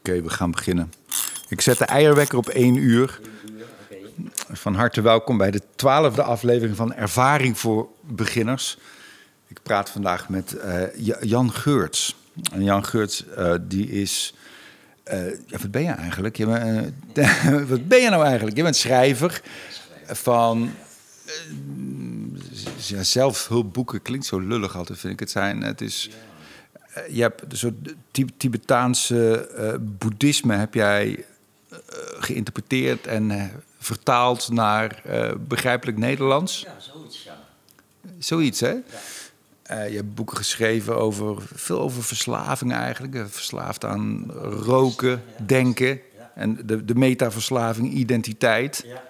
Oké, we gaan beginnen. Ik zet de eierwekker op 1 uur. Van harte welkom bij de 12e aflevering van Ervaring voor Beginners. Ik praat vandaag met Jan Geurts. En Jan Geurts, die is... wat ben je eigenlijk? Wat ben je nou eigenlijk? Je bent schrijver van... zelfhulpboeken klinkt zo lullig altijd, vind ik het zijn. Het is... je hebt een soort Tibetaanse boeddhisme heb jij geïnterpreteerd en vertaald naar begrijpelijk Nederlands. Ja, zoiets, ja. Zoiets, hè? Ja. Je hebt boeken geschreven veel over verslaving eigenlijk. Verslaafd aan roken, denken. Ja. En de metaverslaving, identiteit. Ja.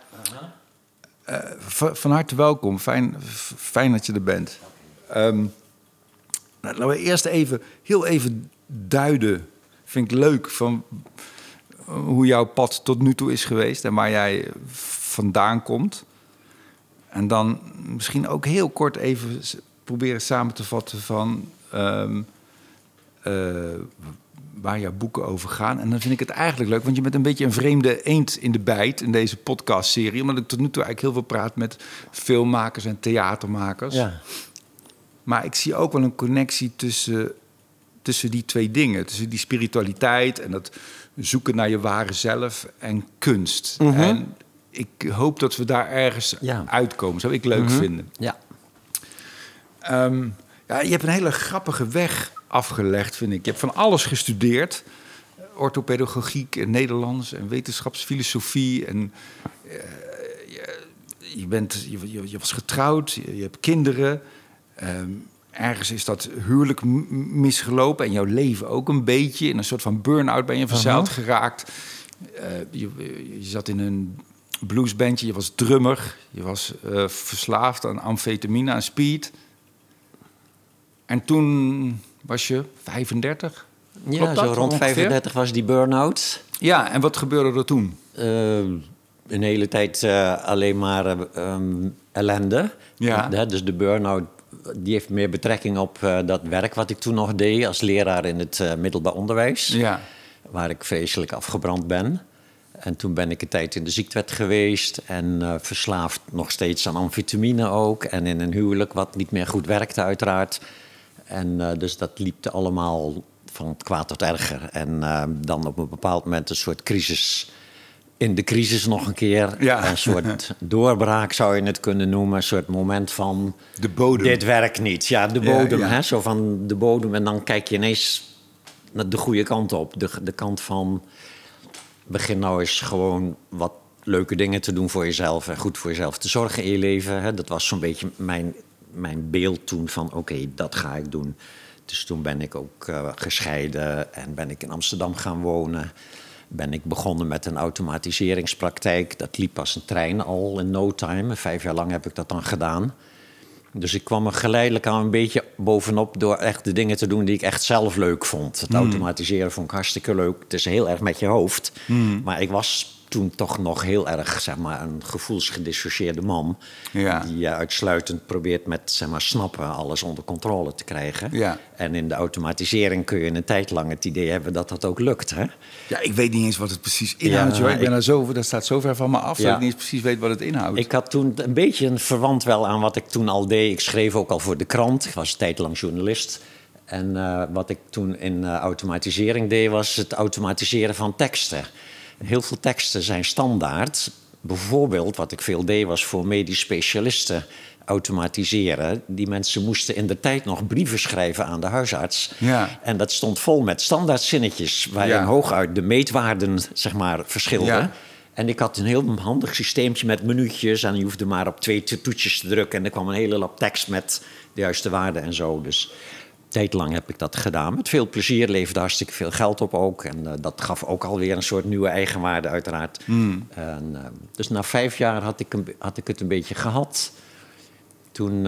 Van harte welkom. Fijn dat je er bent. Laten we eerst heel even duiden, vind ik leuk, van hoe jouw pad tot nu toe is geweest en waar jij vandaan komt. En dan misschien ook heel kort even proberen samen te vatten van waar jouw boeken over gaan. En dan vind ik het eigenlijk leuk, want je bent een beetje een vreemde eend in de bijt in deze podcastserie, omdat ik tot nu toe eigenlijk heel veel praat met filmmakers en theatermakers. Ja. Maar ik zie ook wel een connectie tussen die twee dingen. Tussen die spiritualiteit en dat zoeken naar je ware zelf en kunst. Mm-hmm. En ik hoop dat we daar ergens uitkomen. Zou ik leuk vinden. Ja. Je hebt een hele grappige weg afgelegd, vind ik. Je hebt van alles gestudeerd. Orthopedagogiek en Nederlands en wetenschapsfilosofie. En je was getrouwd, je hebt kinderen... ergens is dat huwelijk misgelopen en jouw leven ook een beetje. In een soort van burn-out ben je verzeild geraakt. Je zat in een bluesbandje, je was drummer. Je was verslaafd aan amfetamine, aan speed. En toen was je 35? Ja, zo rond 35 was die burn-out. Ja, en wat gebeurde er toen? Een hele tijd alleen maar ellende. Ja. Dus de burn-out... Die heeft meer betrekking op dat werk wat ik toen nog deed als leraar in het middelbaar onderwijs. Ja. Waar ik vreselijk afgebrand ben. En toen ben ik een tijd in de ziektewet geweest en verslaafd nog steeds aan amfetamine ook. En in een huwelijk wat niet meer goed werkte uiteraard. En dus dat liep allemaal van kwaad tot erger. En dan op een bepaald moment een soort crisis... In de crisis nog een keer, een soort doorbraak zou je het kunnen noemen. Een soort moment van, de bodem. Dit werkt niet. Ja, de bodem, Hè? Zo van de bodem. En dan kijk je ineens naar de goede kant op. De kant van, begin nou eens gewoon wat leuke dingen te doen voor jezelf. En goed voor jezelf te zorgen in je leven. Hè? Dat was zo'n beetje mijn beeld toen van, oké, dat ga ik doen. Dus toen ben ik ook gescheiden en ben ik in Amsterdam gaan wonen. Ben ik begonnen met een automatiseringspraktijk. Dat liep als een trein al in no time. 5 jaar lang heb ik dat dan gedaan. Dus ik kwam er geleidelijk aan een beetje bovenop... door echt de dingen te doen die ik echt zelf leuk vond. Het automatiseren vond ik hartstikke leuk. Het is heel erg met je hoofd. Maar ik was toen toch nog heel erg, zeg maar, een gevoelsgedissocieerde man... die uitsluitend probeert met, zeg maar, snappen alles onder controle te krijgen. Ja. En in de automatisering kun je een tijd lang het idee hebben dat dat ook lukt, hè? Ja, ik weet niet eens wat het precies inhoudt. Ja, ik ben dat staat zo ver van me af dat ik niet eens precies weet wat het inhoudt. Ik had toen een beetje een verwant wel aan wat ik toen al deed. Ik schreef ook al voor de krant. Ik was een tijd lang journalist. En wat ik toen in automatisering deed, was het automatiseren van teksten. Heel veel teksten zijn standaard. Bijvoorbeeld, wat ik veel deed, was voor medisch specialisten automatiseren. Die mensen moesten in de tijd nog brieven schrijven aan de huisarts. Ja. En dat stond vol met standaard zinnetjes... waarin hooguit de meetwaarden, zeg maar, verschilden. Ja. En ik had een heel handig systeempje met minuutjes... en je hoefde maar op 2 toetjes te drukken... en er kwam een hele lap tekst met de juiste waarden en zo. Dus tijdlang heb ik dat gedaan. Met veel plezier, leverde hartstikke veel geld op ook. En dat gaf ook alweer een soort nieuwe eigenwaarde uiteraard. En, dus na 5 jaar had ik het een beetje gehad. Toen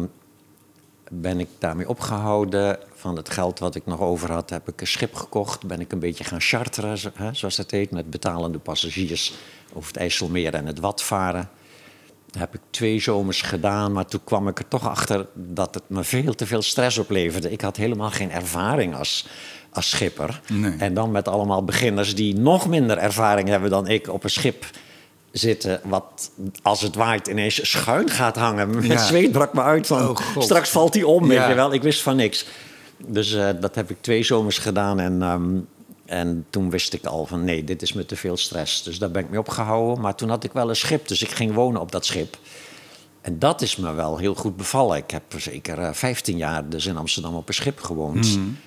ben ik daarmee opgehouden. Van het geld wat ik nog over had, heb ik een schip gekocht. Ben ik een beetje gaan charteren, zoals dat heet... met betalende passagiers over het IJsselmeer en het Wad varen. Dat heb ik 2 zomers gedaan, maar toen kwam ik er toch achter dat het me veel te veel stress opleverde. Ik had helemaal geen ervaring als schipper. Nee. En dan met allemaal beginners die nog minder ervaring hebben dan ik op een schip zitten, wat als het waait ineens schuin gaat hangen. Met zweet brak me uit van straks valt hij om, weet je wel. Ik wist van niks. Dus dat heb ik 2 zomers gedaan en toen wist ik al van nee, dit is me te veel stress. Dus daar ben ik mee opgehouden. Maar toen had ik wel een schip, dus ik ging wonen op dat schip. En dat is me wel heel goed bevallen. Ik heb zeker 15 jaar dus in Amsterdam op een schip gewoond. Mm.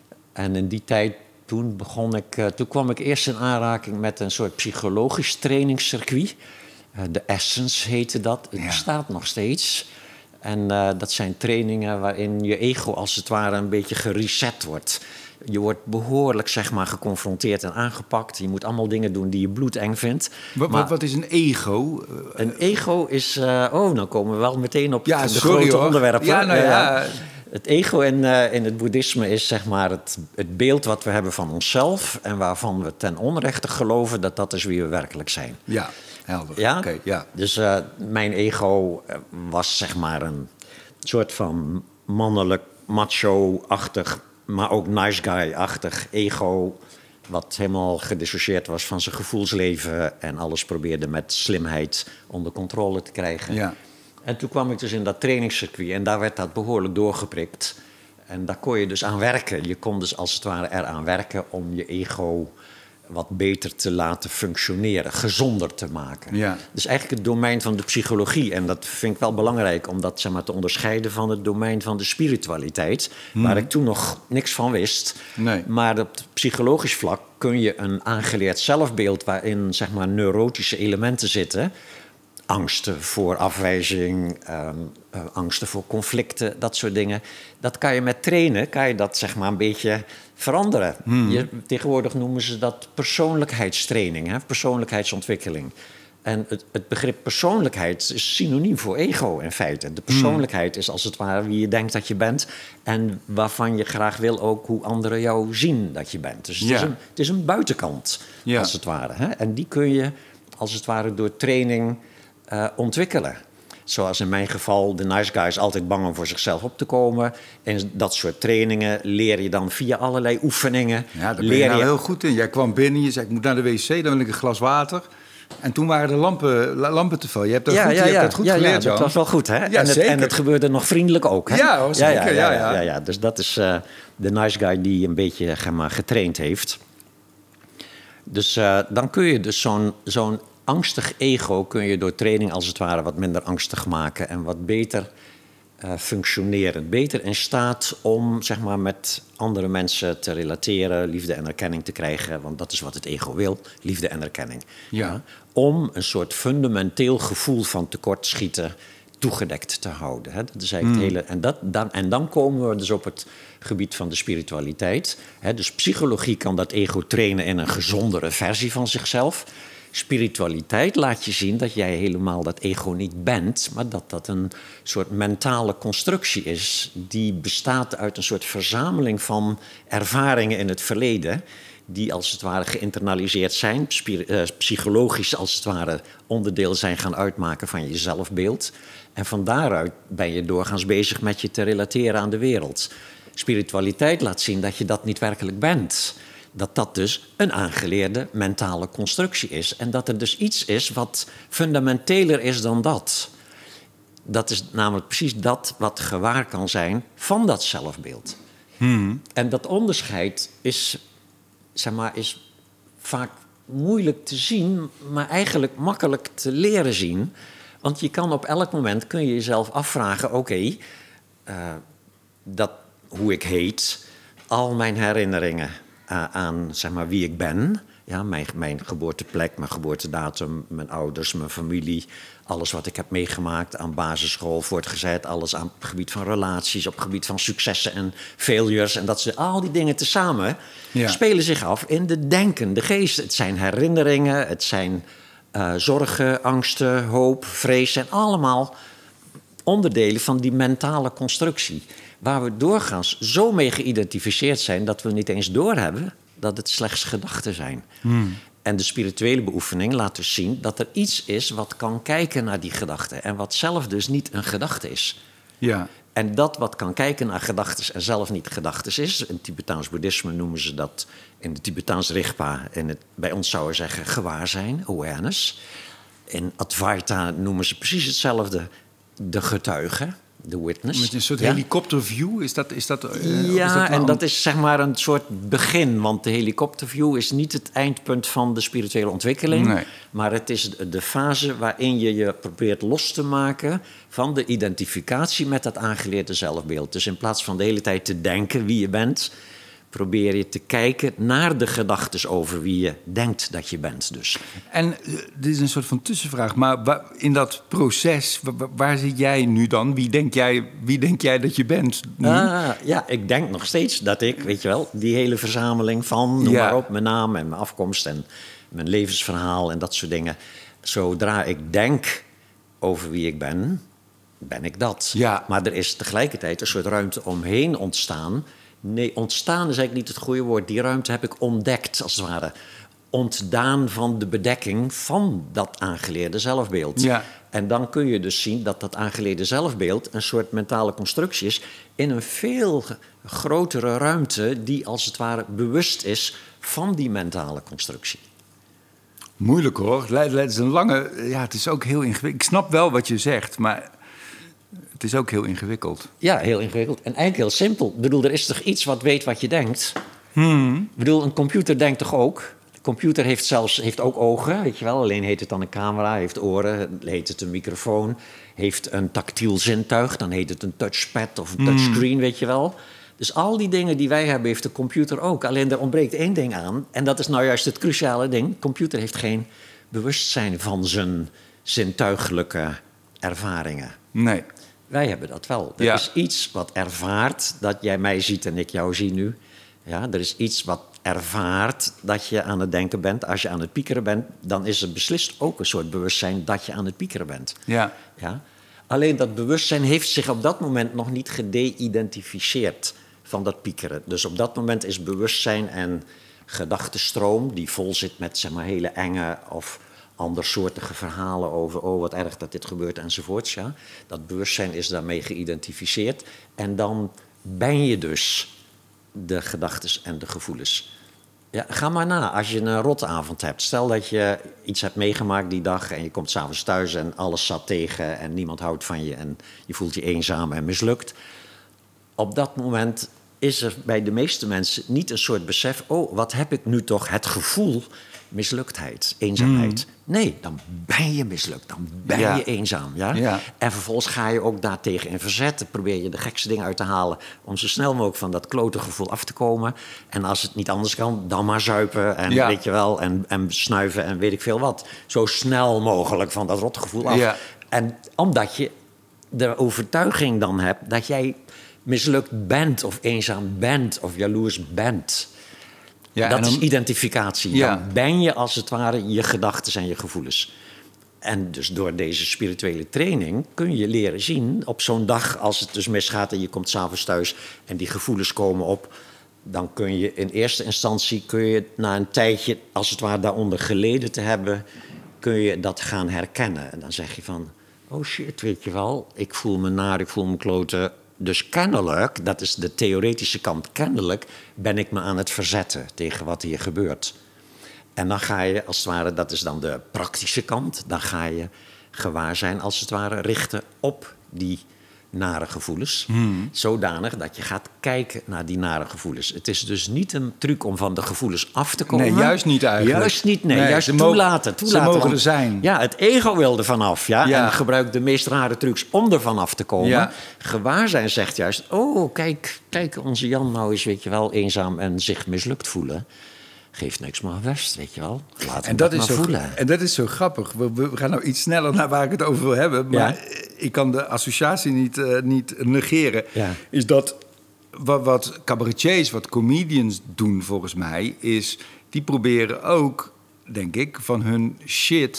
En in die tijd, toen kwam ik eerst in aanraking met een soort psychologisch trainingscircuit. De Essence heette dat. Het bestaat nog steeds. En dat zijn trainingen waarin je ego als het ware een beetje gereset wordt. Je wordt behoorlijk, zeg maar, geconfronteerd en aangepakt. Je moet allemaal dingen doen die je bloedeng vindt. Wat is een ego? Een ego is... nou komen we wel meteen op de grote onderwerpen. Ja. Het ego in het boeddhisme is, zeg maar, het beeld wat we hebben van onszelf en waarvan we ten onrechte geloven dat dat is wie we werkelijk zijn. Ja, helder. Ja? Okay, ja. Dus mijn ego was, zeg maar, een soort van mannelijk, macho-achtig, maar ook nice guy-achtig ego, wat helemaal gedissocieerd was van zijn gevoelsleven en alles probeerde met slimheid onder controle te krijgen. Ja. En toen kwam ik dus in dat trainingscircuit en daar werd dat behoorlijk doorgeprikt. En daar kon je dus aan werken. Je kon dus als het ware eraan werken om je ego wat beter te laten functioneren, gezonder te maken. Ja. Dus eigenlijk het domein van de psychologie. En dat vind ik wel belangrijk om dat, zeg maar, te onderscheiden van het domein van de spiritualiteit, waar ik toen nog niks van wist. Nee. Maar op het psychologisch vlak kun je een aangeleerd zelfbeeld waarin, zeg maar, neurotische elementen zitten, angsten voor afwijzing, angsten voor conflicten, dat soort dingen. Dat kan je met trainen, kan je dat, zeg maar, een beetje veranderen. Tegenwoordig noemen ze dat persoonlijkheidstraining, persoonlijkheidsontwikkeling. En het begrip persoonlijkheid is synoniem voor ego in feite. De persoonlijkheid is als het ware wie je denkt dat je bent en waarvan je graag wil ook hoe anderen jou zien dat je bent. Dus het is een buitenkant, als het ware. Hè? En die kun je als het ware door training ontwikkelen. Zoals in mijn geval, de nice guy is altijd bang om voor zichzelf op te komen. En dat soort trainingen leer je dan via allerlei oefeningen. Ja, daar ben je nou heel goed in. Jij kwam binnen, je zei ik moet naar de wc, dan wil ik een glas water. En toen waren de lampen te veel. Je hebt dat goed geleerd, dat was wel goed, hè? Ja, en het gebeurde nog vriendelijk ook, hè? Ja, zeker. Ja. Dus dat is de nice guy die een beetje getraind heeft. Dus dan kun je dus zo'n angstig ego kun je door training als het ware wat minder angstig maken en wat beter functioneren. Beter in staat om, zeg maar, met andere mensen te relateren, liefde en erkenning te krijgen. Want dat is wat het ego wil, liefde en erkenning. Ja. Om een soort fundamenteel gevoel van tekortschieten toegedekt te houden. Hè? Dat is eigenlijk het hele. En dan komen we dus op het gebied van de spiritualiteit. Hè? Dus psychologie kan dat ego trainen in een gezondere versie van zichzelf. Spiritualiteit laat je zien dat jij helemaal dat ego niet bent, maar dat dat een soort mentale constructie is die bestaat uit een soort verzameling van ervaringen in het verleden die als het ware geïnternaliseerd zijn, psychologisch als het ware onderdeel zijn gaan uitmaken van je zelfbeeld. En van daaruit ben je doorgaans bezig met je te relateren aan de wereld. Spiritualiteit laat zien dat je dat niet werkelijk bent. Dat dus een aangeleerde mentale constructie is. En dat er dus iets is wat fundamenteler is dan dat. Dat is namelijk precies dat wat gewaar kan zijn van dat zelfbeeld. En dat onderscheid is, zeg maar, is vaak moeilijk te zien, maar eigenlijk makkelijk te leren zien. Want je kan op elk moment kun je jezelf afvragen, dat hoe ik heet, al mijn herinneringen aan, zeg maar, wie ik ben. Ja, mijn geboorteplek, mijn geboortedatum, mijn ouders, mijn familie. Alles wat ik heb meegemaakt aan basisschool, voortgezet. Alles aan het gebied van relaties, op het gebied van successen en failures. En al die dingen tezamen spelen zich af in de denkende geest. Het zijn herinneringen, het zijn zorgen, angsten, hoop, vrees. En allemaal onderdelen van die mentale constructie. Waar we doorgaans zo mee geïdentificeerd zijn dat we niet eens doorhebben dat het slechts gedachten zijn. En de spirituele beoefening laat dus zien dat er iets is wat kan kijken naar die gedachte. En wat zelf dus niet een gedachte is. Ja. En dat wat kan kijken naar gedachten en zelf niet gedachten is. In het Tibetaans boeddhisme noemen ze dat, in de Tibetaans Rigpa, bij ons zouden we zeggen gewaarzijn, awareness. In Advaita noemen ze precies hetzelfde, de getuige, de witness. Met een soort helikopterview, is dat en dat is zeg maar een soort begin. Want de helikopterview is niet het eindpunt van de spirituele ontwikkeling. Nee. Maar het is de fase waarin je je probeert los te maken van de identificatie met dat aangeleerde zelfbeeld. Dus in plaats van de hele tijd te denken wie je bent, probeer je te kijken naar de gedachtes over wie je denkt dat je bent. Dus. En dit is een soort van tussenvraag, maar in dat proces, waar zit jij nu dan? Wie denk jij dat je bent nu? Ik denk nog steeds dat ik, weet je wel, die hele verzameling van, noem maar op, mijn naam en mijn afkomst en mijn levensverhaal en dat soort dingen. Zodra ik denk over wie ik ben, ben ik dat. Ja. Maar er is tegelijkertijd een soort ruimte omheen ontstaan. Nee, ontstaan is eigenlijk niet het goede woord. Die ruimte heb ik ontdekt, als het ware. Ontdaan van de bedekking van dat aangeleerde zelfbeeld. Ja. En dan kun je dus zien dat dat aangeleerde zelfbeeld een soort mentale constructie is in een veel grotere ruimte die als het ware bewust is van die mentale constructie. Moeilijk hoor. Het is een lange... Ja, het is ook heel ingewikkeld. Ik snap wel wat je zegt, maar het is ook heel ingewikkeld. Ja, heel ingewikkeld. En eigenlijk heel simpel. Ik bedoel, er is toch iets wat weet wat je denkt? Ik bedoel, een computer denkt toch ook? De computer heeft ook ogen, weet je wel. Alleen heet het dan een camera, heeft oren, heet het een microfoon. Heeft een tactiel zintuig, dan heet het een touchpad of een touchscreen, weet je wel. Dus al die dingen die wij hebben, heeft de computer ook. Alleen er ontbreekt één ding aan. En dat is nou juist het cruciale ding. De computer heeft geen bewustzijn van zijn zintuigelijke ervaringen. Nee. Wij hebben dat wel. Er is iets wat ervaart dat jij mij ziet en ik jou zie nu. Ja, er is iets wat ervaart dat je aan het denken bent. Als je aan het piekeren bent, dan is er beslist ook een soort bewustzijn dat je aan het piekeren bent. Ja. Ja? Alleen dat bewustzijn heeft zich op dat moment nog niet gede-identificeerd van dat piekeren. Dus op dat moment is bewustzijn en gedachtenstroom die vol zit met zeg maar hele enge of andersoortige verhalen over wat erg dat dit gebeurt enzovoorts. Ja? Dat bewustzijn is daarmee geïdentificeerd. En dan ben je dus de gedachtes en de gevoelens. Ja, ga maar na, als je een rotavond hebt. Stel dat je iets hebt meegemaakt die dag en je komt 's avonds thuis en alles zat tegen en niemand houdt van je en je voelt je eenzaam en mislukt. Op dat moment is er bij de meeste mensen niet een soort besef, wat heb ik nu toch het gevoel misluktheid, eenzaamheid. Nee, dan ben je mislukt, dan ben je eenzaam. Ja? Ja. En vervolgens ga je ook daartegen in verzet. Probeer je de gekste dingen uit te halen om zo snel mogelijk van dat klote gevoel af te komen. En als het niet anders kan, dan maar zuipen en weet je wel, en snuiven en weet ik veel wat. Zo snel mogelijk van dat rotgevoel af. Ja. En omdat je de overtuiging dan hebt dat jij mislukt bent of eenzaam bent of jaloers bent. Ja, dat dan is identificatie. Ja. Dan ben je als het ware je gedachten en je gevoelens. En dus door deze spirituele training kun je leren zien op zo'n dag als het dus misgaat en je komt 's avonds thuis en die gevoelens komen op. Dan kun je in eerste instantie, na een tijdje als het ware daaronder geleden te hebben, kun je dat gaan herkennen. En dan zeg je van, oh shit, weet je wel, ik voel me naar, ik voel me kloten. Dus kennelijk, dat is de theoretische kant, kennelijk ben ik me aan het verzetten tegen wat hier gebeurt. En dan ga je, als het ware, dat is dan de praktische kant, dan ga je gewaar zijn, als het ware, richten op die nare gevoelens. Zodanig dat je gaat kijken naar die nare gevoelens. Het is dus niet een truc om van de gevoelens af te komen. Nee, juist niet eigenlijk. Juist niet, nee. Juist toelaten. Ze mogen er zijn. Ja, het ego wil er vanaf. Ja? En gebruikt de meest rare trucs om er vanaf te komen. Ja. Gewaarzijn zegt juist, kijk, onze Jan nou is, weet je wel, eenzaam en zich mislukt voelen. Geeft niks maar best, weet je wel. Laat hem dat maar voelen. En dat is zo grappig. We gaan nou iets sneller naar waar ik het over wil hebben. Maar ik kan de associatie niet negeren. Ja. Is dat wat cabaretiers, wat comedians doen volgens mij, is die proberen ook, denk ik, van hun shit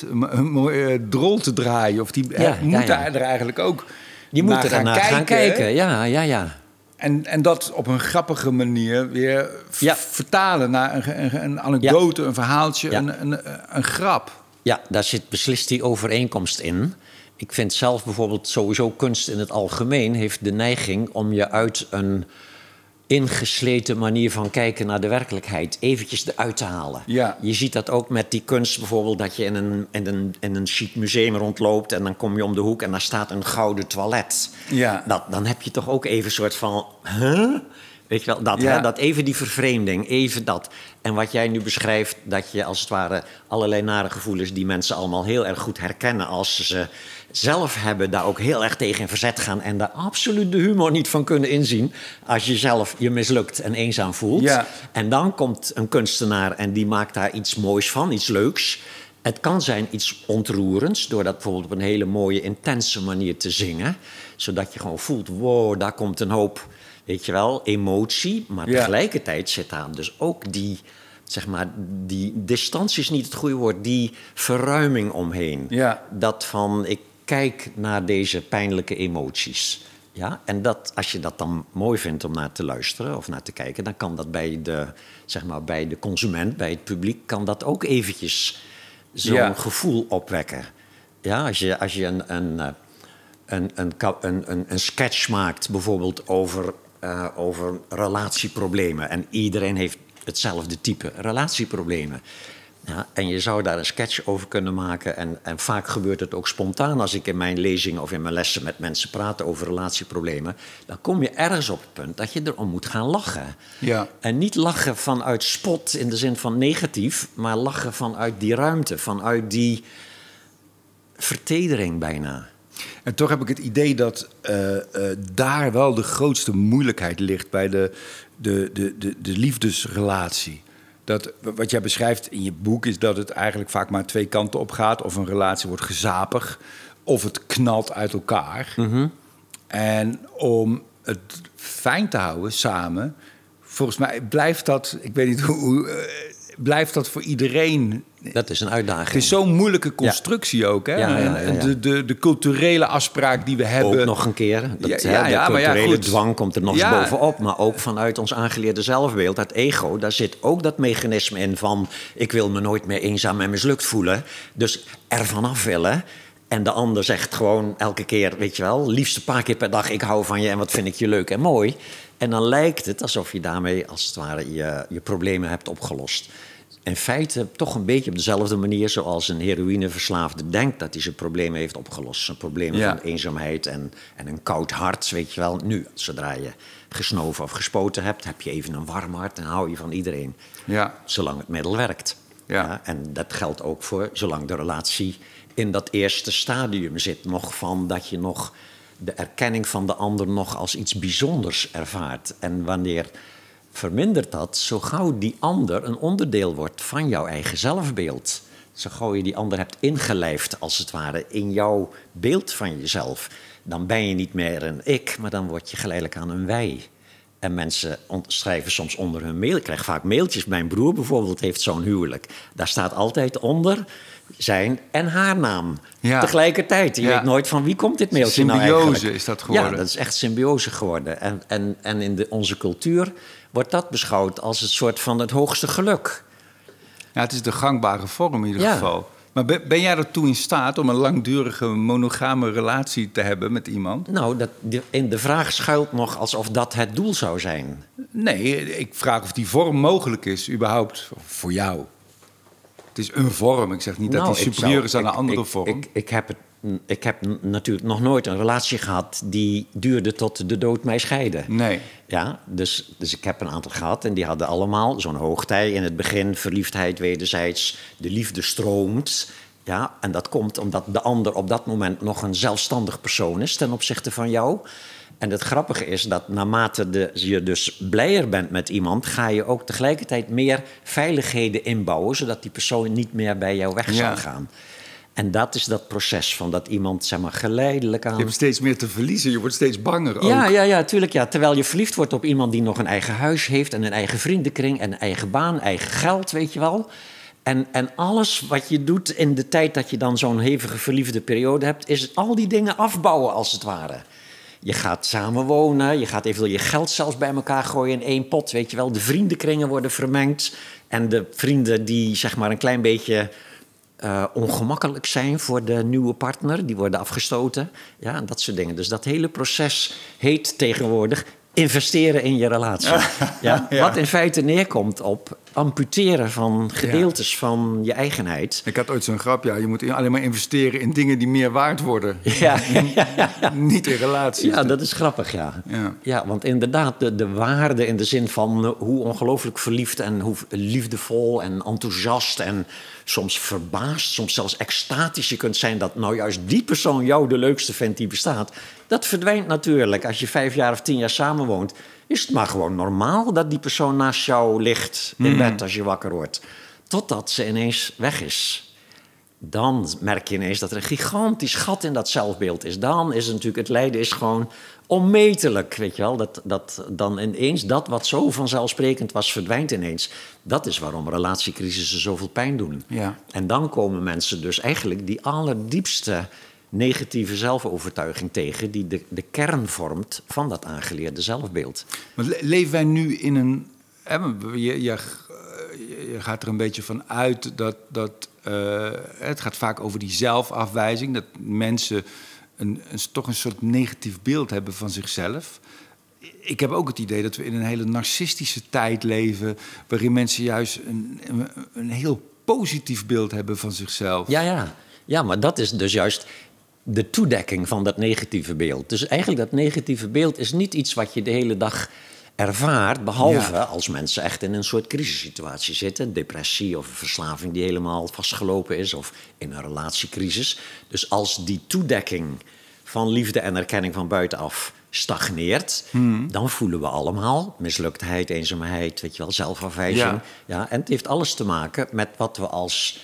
een drol te draaien. Of die moeten er eigenlijk ook die moeten naar gaan kijken. Ja. En dat op een grappige manier weer vertalen naar een anekdote, een verhaaltje, een grap. Ja, daar zit beslist die overeenkomst in. Ik vind zelf bijvoorbeeld sowieso kunst in het algemeen heeft de neiging om je uit een ingesleten manier van kijken naar de werkelijkheid eventjes eruit te halen. Ja. Je ziet dat ook met die kunst bijvoorbeeld, dat je in een chic museum rondloopt en dan kom je om de hoek en daar staat een gouden toilet. Ja. Dan heb je toch ook even een soort van, huh? Weet je wel, dat even die vervreemding, even dat. En wat jij nu beschrijft, dat je als het ware allerlei nare gevoelens die mensen allemaal heel erg goed herkennen als ze ze zelf hebben, daar ook heel erg tegen in verzet gaan en daar absoluut de humor niet van kunnen inzien als je zelf je mislukt en eenzaam voelt. Ja. En dan komt een kunstenaar en die maakt daar iets moois van, iets leuks. Het kan zijn iets ontroerends, door dat bijvoorbeeld op een hele mooie, intense manier te zingen, zodat je gewoon voelt, wow, daar komt een hoop, weet je wel, emotie, maar tegelijkertijd zit daar dus ook die, zeg maar, die distantie is niet het goede woord, die verruiming omheen. Ja. Dat van, ik kijk naar deze pijnlijke emoties. Ja? En dat, als je dat dan mooi vindt om naar te luisteren of naar te kijken, dan kan dat bij de, zeg maar, bij de consument, bij het publiek, kan dat ook eventjes zo'n gevoel opwekken. Ja, als je een sketch maakt, bijvoorbeeld over relatieproblemen, en iedereen heeft hetzelfde type relatieproblemen. Ja, en je zou daar een sketch over kunnen maken. En vaak gebeurt het ook spontaan als ik in mijn lezingen of in mijn lessen met mensen praat over relatieproblemen. Dan kom je ergens op het punt dat je erom moet gaan lachen. Ja. En niet lachen vanuit spot in de zin van negatief, maar lachen vanuit die ruimte, vanuit die vertedering bijna. En toch heb ik het idee dat daar wel de grootste moeilijkheid ligt bij de liefdesrelatie. Dat, wat jij beschrijft in je boek is dat het eigenlijk vaak maar twee kanten op gaat. Of een relatie wordt gezapig, of het knalt uit elkaar. Mm-hmm. En om het fijn te houden samen, volgens mij blijft dat, ik weet niet blijft dat voor iedereen. Dat is een uitdaging. Het is zo'n moeilijke constructie ook. Hè? Ja. De culturele afspraak die we hebben. Ook nog een keer. De culturele dwang komt er nog eens bovenop. Maar ook vanuit ons aangeleerde zelfbeeld, dat ego, daar zit ook dat mechanisme in van, ik wil me nooit meer eenzaam en mislukt voelen. Dus er vanaf willen. En de ander zegt gewoon elke keer, weet je wel, liefst een paar keer per dag, ik hou van je en wat vind ik je leuk en mooi. En dan lijkt het alsof je daarmee, als het ware, je problemen hebt opgelost. In feite toch een beetje op dezelfde manier zoals een heroïneverslaafde denkt dat hij zijn problemen heeft opgelost. Zijn problemen van eenzaamheid en een koud hart, weet je wel. Nu, zodra je gesnoven of gespoten hebt, heb je even een warm hart en hou je van iedereen. Ja. Zolang het middel werkt. Ja, en dat geldt ook voor zolang de relatie in dat eerste stadium zit. Nog van dat je nog de erkenning van de ander nog als iets bijzonders ervaart. En wanneer vermindert dat, zo gauw die ander een onderdeel wordt van jouw eigen zelfbeeld. Zo gauw je die ander hebt ingelijfd, als het ware, in jouw beeld van jezelf. Dan ben je niet meer een ik, maar dan word je geleidelijk aan een wij. En mensen schrijven soms onder hun mail. Ik krijg vaak mailtjes. Mijn broer bijvoorbeeld heeft zo'n huwelijk. Daar staat altijd onder zijn en haar naam. Ja. Tegelijkertijd. Je weet nooit van wie komt dit mailtje nou eigenlijk. Symbiose is dat geworden. Ja, dat is echt symbiose geworden. En in onze cultuur wordt dat beschouwd als het soort van het hoogste geluk. Ja, het is de gangbare vorm in ieder geval. Maar ben jij ertoe in staat om een langdurige monogame relatie te hebben met iemand? Nou, in de vraag schuilt nog alsof dat het doel zou zijn. Nee, ik vraag of die vorm mogelijk is, überhaupt, voor jou. Het is een vorm. Ik zeg niet dat die superieur is aan een andere vorm. Ik heb natuurlijk nog nooit een relatie gehad die duurde tot de dood mij scheidde. Nee. Ja, dus ik heb een aantal gehad en die hadden allemaal zo'n hoogtij in het begin, verliefdheid wederzijds, de liefde stroomt. Ja, en dat komt omdat de ander op dat moment nog een zelfstandig persoon is ten opzichte van jou. En het grappige is dat naarmate je dus blijer bent met iemand, ga je ook tegelijkertijd meer veiligheden inbouwen, zodat die persoon niet meer bij jou weg zal gaan. En dat is dat proces van dat iemand, zeg maar, geleidelijk aan... Je hebt steeds meer te verliezen, je wordt steeds banger ook. Ja, tuurlijk. Ja. Terwijl je verliefd wordt op iemand die nog een eigen huis heeft en een eigen vriendenkring en een eigen baan, eigen geld, weet je wel. En alles wat je doet in de tijd dat je dan zo'n hevige verliefde periode hebt, is al die dingen afbouwen als het ware. Je gaat samenwonen, je gaat eventueel je geld zelfs bij elkaar gooien in één pot, weet je wel. De vriendenkringen worden vermengd. En de vrienden die zeg maar een klein beetje ongemakkelijk zijn voor de nieuwe partner, die worden afgestoten. Ja, en dat soort dingen. Dus dat hele proces heet tegenwoordig investeren in je relatie. Ja? Ja. Wat in feite neerkomt op amputeren van gedeeltes van je eigenheid. Ik had ooit zo'n grap, je moet alleen maar investeren in dingen die meer waard worden. Ja. Niet in relaties. Ja, dat is grappig, ja, want inderdaad, de waarde in de zin van hoe ongelooflijk verliefd en hoe liefdevol en enthousiast en soms verbaasd, soms zelfs extatisch je kunt zijn dat nou juist die persoon jou de leukste vindt die bestaat. Dat verdwijnt natuurlijk. Als je 5 jaar of 10 jaar samenwoont, is het maar gewoon normaal dat die persoon naast jou ligt in bed als je wakker wordt. Totdat ze ineens weg is. Dan merk je ineens dat er een gigantisch gat in dat zelfbeeld is. Dan is het natuurlijk, het lijden is gewoon onmetelijk, weet je wel. Dat dan ineens dat wat zo vanzelfsprekend was, verdwijnt ineens. Dat is waarom relatiecrisissen zoveel pijn doen. Ja. En dan komen mensen dus eigenlijk die allerdiepste negatieve zelfovertuiging tegen die de kern vormt van dat aangeleerde zelfbeeld. Maar leven wij nu in een... Je gaat er een beetje van uit dat het gaat vaak over die zelfafwijzing, dat mensen toch een soort negatief beeld hebben van zichzelf. Ik heb ook het idee dat we in een hele narcistische tijd leven, waarin mensen juist een heel positief beeld hebben van zichzelf. Ja, maar dat is dus juist de toedekking van dat negatieve beeld. Dus eigenlijk dat negatieve beeld is niet iets wat je de hele dag ervaart, behalve als mensen echt in een soort crisissituatie zitten, depressie of een verslaving die helemaal vastgelopen is, of in een relatiecrisis. Dus als die toedekking van liefde en erkenning van buitenaf stagneert, dan voelen we allemaal misluktheid, eenzaamheid, weet je wel, zelfafwijzing. Ja, en het heeft alles te maken met wat we als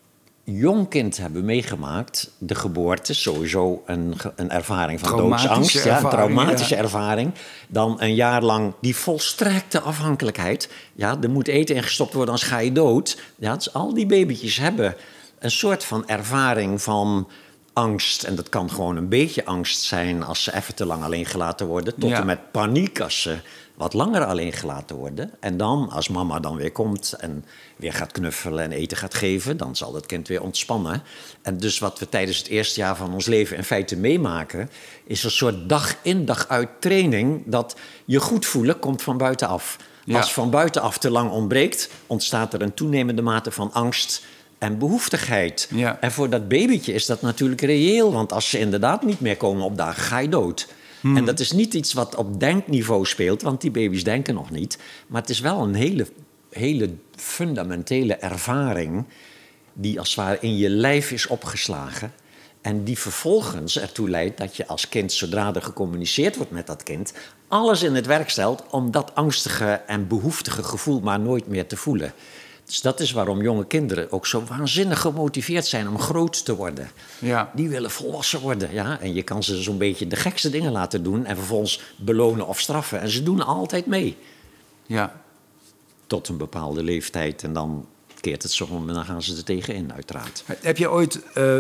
jong kind hebben meegemaakt. De geboorte, sowieso een ervaring van doodsangst. Een traumatische ervaring. Dan een jaar lang die volstrekte afhankelijkheid. Ja, er moet eten ingestopt worden, anders ga je dood. Ja, dus al die babytjes hebben een soort van ervaring van angst. En dat kan gewoon een beetje angst zijn als ze even te lang alleen gelaten worden. Tot en met paniek als ze wat langer alleen gelaten worden. En dan, als mama dan weer komt en weer gaat knuffelen en eten gaat geven, dan zal dat kind weer ontspannen. En dus wat we tijdens het eerste jaar van ons leven in feite meemaken, is een soort dag in dag uit training dat je goed voelen komt van buitenaf. Ja. Als van buitenaf te lang ontbreekt, ontstaat er een toenemende mate van angst en behoeftigheid. Ja. En voor dat babytje is dat natuurlijk reëel, want als ze inderdaad niet meer komen opdagen, ga je dood. En dat is niet iets wat op denkniveau speelt, want die baby's denken nog niet. Maar het is wel een hele fundamentele ervaring die als het ware in je lijf is opgeslagen. En die vervolgens ertoe leidt dat je als kind, zodra er gecommuniceerd wordt met dat kind, alles in het werk stelt om dat angstige en behoeftige gevoel maar nooit meer te voelen. Dus dat is waarom jonge kinderen ook zo waanzinnig gemotiveerd zijn om groot te worden. Ja. Die willen volwassen worden. Ja? En je kan ze zo'n beetje de gekste dingen laten doen en vervolgens belonen of straffen. En ze doen altijd mee. Ja. Tot een bepaalde leeftijd en dan keert het zo om en dan gaan ze er tegenin, uiteraard. Heb je ooit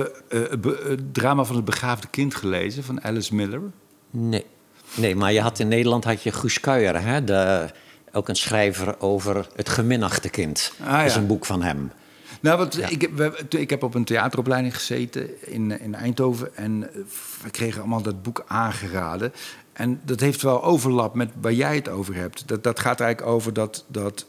het drama van het begaafde kind gelezen van Alice Miller? Nee, maar Nederland had je Guus Kuijer, hè? Ook een schrijver over het geminachte kind. Dat is een boek van hem. Nou, ik heb op een theateropleiding gezeten in Eindhoven en we kregen allemaal dat boek aangeraden. En dat heeft wel overlap met waar jij het over hebt. Dat gaat eigenlijk over dat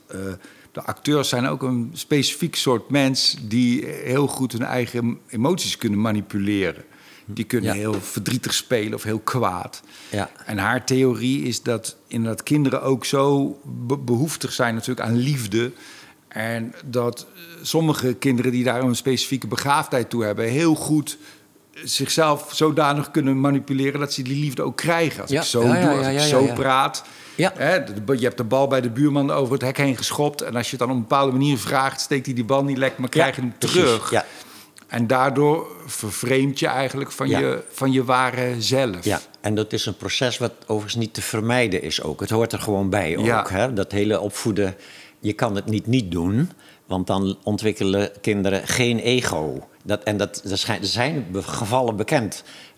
de acteurs zijn ook een specifiek soort mens die heel goed hun eigen emoties kunnen manipuleren. Die kunnen heel verdrietig spelen of heel kwaad. Ja. En haar theorie is dat inderdaad kinderen ook zo behoeftig zijn natuurlijk aan liefde. En dat sommige kinderen die daar een specifieke begaafdheid toe hebben, heel goed zichzelf zodanig kunnen manipuleren dat ze die liefde ook krijgen. Als ik zo doe, als ik zo praat. Ja. Hè, je hebt de bal bij de buurman over het hek heen geschopt. En als je het dan op een bepaalde manier vraagt, steekt hij die bal niet lekker, maar krijg je hem terug. Ja. En daardoor vervreemd je eigenlijk van je ware zelf. Ja, en dat is een proces wat overigens niet te vermijden is ook. Het hoort er gewoon bij ook. Hè? Dat hele opvoeden, je kan het niet doen, want dan ontwikkelen kinderen geen ego. Er zijn gevallen bekend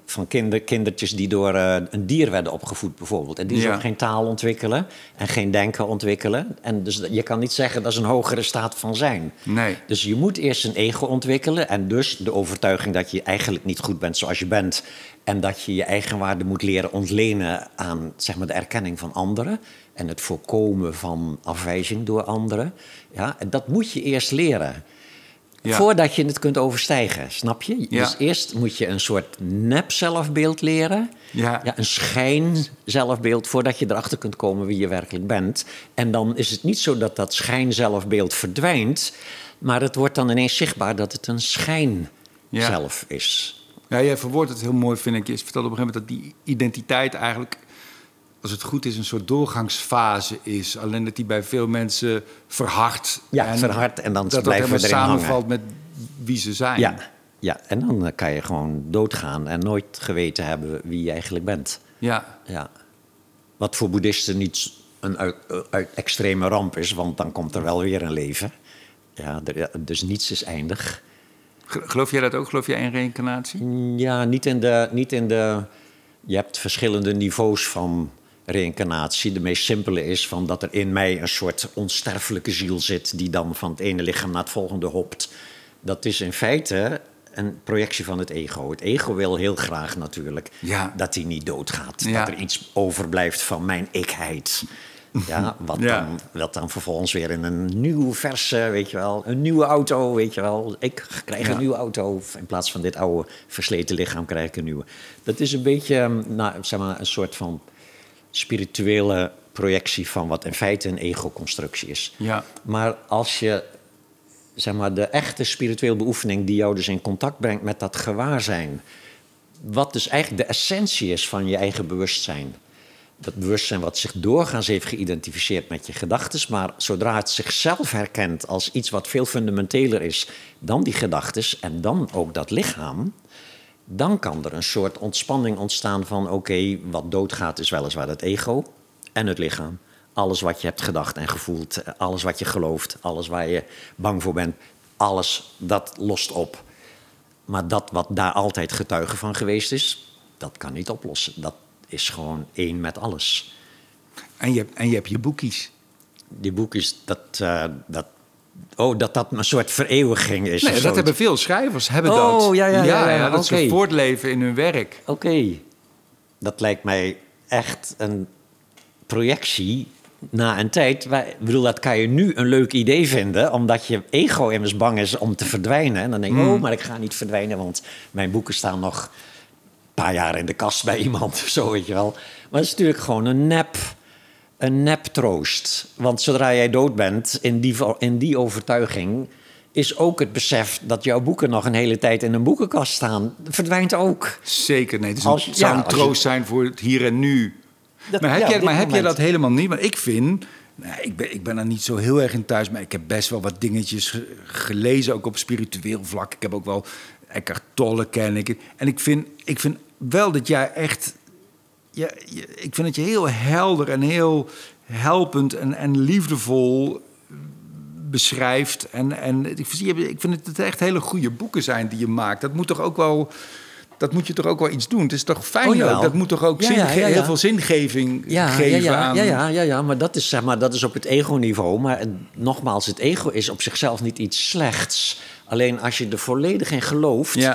van kindertjes die door een dier werden opgevoed bijvoorbeeld. En die zullen geen taal ontwikkelen en geen denken ontwikkelen. En dus je kan niet zeggen dat is een hogere staat van zijn. Nee. Dus je moet eerst een ego ontwikkelen en dus de overtuiging dat je eigenlijk niet goed bent zoals je bent. En dat je je eigenwaarde moet leren ontlenen aan zeg maar, de erkenning van anderen. En het voorkomen van afwijzing door anderen. Ja, en dat moet je eerst leren. Ja. Voordat je het kunt overstijgen, snap je? Ja. Dus eerst moet je een soort nep-zelfbeeld leren. Ja. Ja, een schijn-zelfbeeld, voordat je erachter kunt komen wie je werkelijk bent. En dan is het niet zo dat dat schijn-zelfbeeld verdwijnt, maar het wordt dan ineens zichtbaar dat het een schijn-zelf is. Ja, jij verwoordt het heel mooi, vind ik. Je vertelde op een gegeven moment dat die identiteit eigenlijk, als het goed is, een soort doorgangsfase is. Alleen dat die bij veel mensen verhardt. Ja, verhardt en dan dat blijven we erin hangen. samenvalt met wie ze zijn. Ja, ja, en dan kan je gewoon doodgaan en nooit geweten hebben wie je eigenlijk bent. Ja. Ja. Wat voor boeddhisten niet een uit extreme ramp is, want dan komt er wel weer een leven. Ja, dus niets is eindig. Geloof jij dat ook? Geloof jij in reïncarnatie? Ja, niet in de... Je hebt verschillende niveaus van reïncarnatie. De meest simpele is van dat er in mij een soort onsterfelijke ziel zit die dan van het ene lichaam naar het volgende hopt. Dat is in feite een projectie van het ego. Het ego wil heel graag natuurlijk dat hij niet doodgaat. Ja. Dat er iets overblijft van mijn ikheid. Ja, wat dan vervolgens weer in een nieuwe verse, weet je wel, een nieuwe auto, weet je wel. Ik krijg een nieuwe auto, in plaats van dit oude versleten lichaam krijg ik een nieuwe. Dat is een beetje, zeg maar, een soort van spirituele projectie van wat in feite een ego-constructie is. Ja. Maar als je, zeg maar, de echte spirituele beoefening die jou dus in contact brengt met dat gewaarzijn, wat dus eigenlijk de essentie is van je eigen bewustzijn. Dat bewustzijn wat zich doorgaans heeft geïdentificeerd met je gedachtes, maar zodra het zichzelf herkent als iets wat veel fundamenteler is dan die gedachtes en dan ook dat lichaam, dan kan er een soort ontspanning ontstaan van oké, wat doodgaat is weliswaar het ego en het lichaam. Alles wat je hebt gedacht en gevoeld, alles wat je gelooft, alles waar je bang voor bent, alles dat lost op. Maar dat wat daar altijd getuige van geweest is, dat kan niet oplossen. Dat is gewoon één met alles. En je hebt je boekies. Die boekjes, dat een soort vereeuwiging is. Nee, dat hebben veel schrijvers, hebben dat. Ja, dat ze voortleven in hun werk. Oké. Dat lijkt mij echt een projectie na een tijd. Ik bedoel, dat kan je nu een leuk idee vinden, omdat je ego immers bang is om te verdwijnen. En dan denk je, maar ik ga niet verdwijnen, want mijn boeken staan nog paar jaar in de kast bij iemand of zo, weet je wel. Maar het is natuurlijk gewoon een nep troost. Want zodra jij dood bent, in die overtuiging, is ook het besef dat jouw boeken nog een hele tijd in een boekenkast staan, verdwijnt ook. Zeker, nee. Het zou een troost zijn voor het hier en nu. Maar heb jij dat helemaal niet? Want ik vind, ik ben er niet zo heel erg in thuis, maar ik heb best wel wat dingetjes gelezen, ook op spiritueel vlak. Ik heb ook wel Eckhart Tolle ken ik. En ik vind wel dat jij echt, ik vind dat je heel helder en heel helpend en liefdevol beschrijft. En ik vind het echt hele goede boeken zijn die je maakt. Dat moet je toch ook wel iets doen. Het is toch fijn ook. Dat moet toch ook heel veel zingeving geven aan. Ja, maar dat is op het ego-niveau. Maar nogmaals, het ego is op zichzelf niet iets slechts. Alleen als je er volledig in gelooft,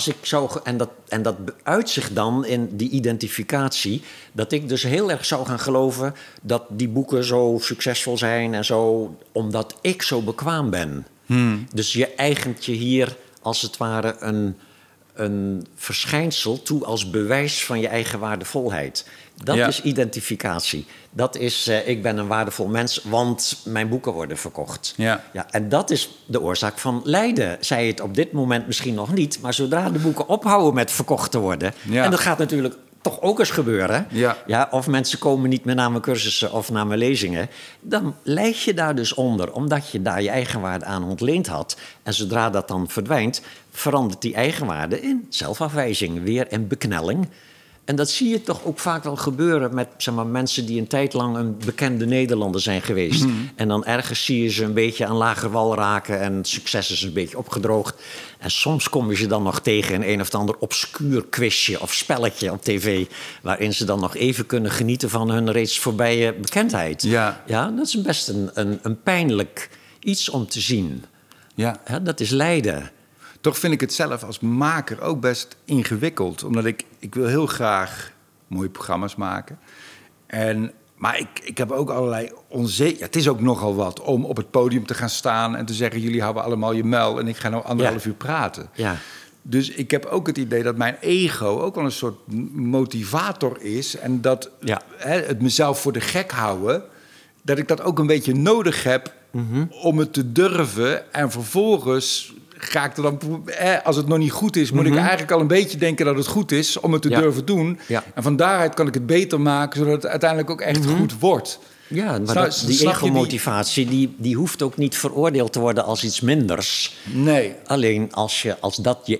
en dat uit zich dan in die identificatie, dat ik dus heel erg zou gaan geloven dat die boeken zo succesvol zijn en zo, omdat ik zo bekwaam ben. Dus je eigent je hier als het ware een verschijnsel toe als bewijs van je eigen waardevolheid. Dat is identificatie. Dat is, ik ben een waardevol mens, want mijn boeken worden verkocht. Ja, en dat is de oorzaak van lijden. Zij het op dit moment misschien nog niet, maar zodra de boeken ophouden met verkocht te worden, en dat gaat natuurlijk toch ook eens gebeuren. Ja, of mensen komen niet meer naar mijn cursussen of naar mijn lezingen, dan lijd je daar dus onder, omdat je daar je eigenwaarde aan ontleend had. En zodra dat dan verdwijnt, verandert die eigenwaarde in zelfafwijzing, weer in beknelling. En dat zie je toch ook vaak wel gebeuren met zeg maar, mensen die een tijd lang een bekende Nederlander zijn geweest. En dan ergens zie je ze een beetje aan lager wal raken en het succes is een beetje opgedroogd. En soms kom je ze dan nog tegen in een of ander obscuur quizje of spelletje op tv, waarin ze dan nog even kunnen genieten van hun reeds voorbije bekendheid. Ja, dat is best een pijnlijk iets om te zien. Ja. Dat is lijden. Toch vind ik het zelf als maker ook best ingewikkeld. Omdat ik wil heel graag mooie programma's maken. Maar ik heb ook allerlei onzekerheid. Ja, het is ook nogal wat om op het podium te gaan staan en te zeggen: jullie houden allemaal je muil en ik ga nou 1,5 uur praten. Ja. Dus ik heb ook het idee dat mijn ego ook wel een soort motivator is. En dat het mezelf voor de gek houden, dat ik dat ook een beetje nodig heb om het te durven. En vervolgens ga ik er dan, als het nog niet goed is, moet ik eigenlijk al een beetje denken dat het goed is om het te durven doen. Ja. En van daaruit kan ik het beter maken, zodat het uiteindelijk ook echt goed wordt. Ja, maar die egomotivatie, die hoeft ook niet veroordeeld te worden als iets minders. Nee. Alleen als dat je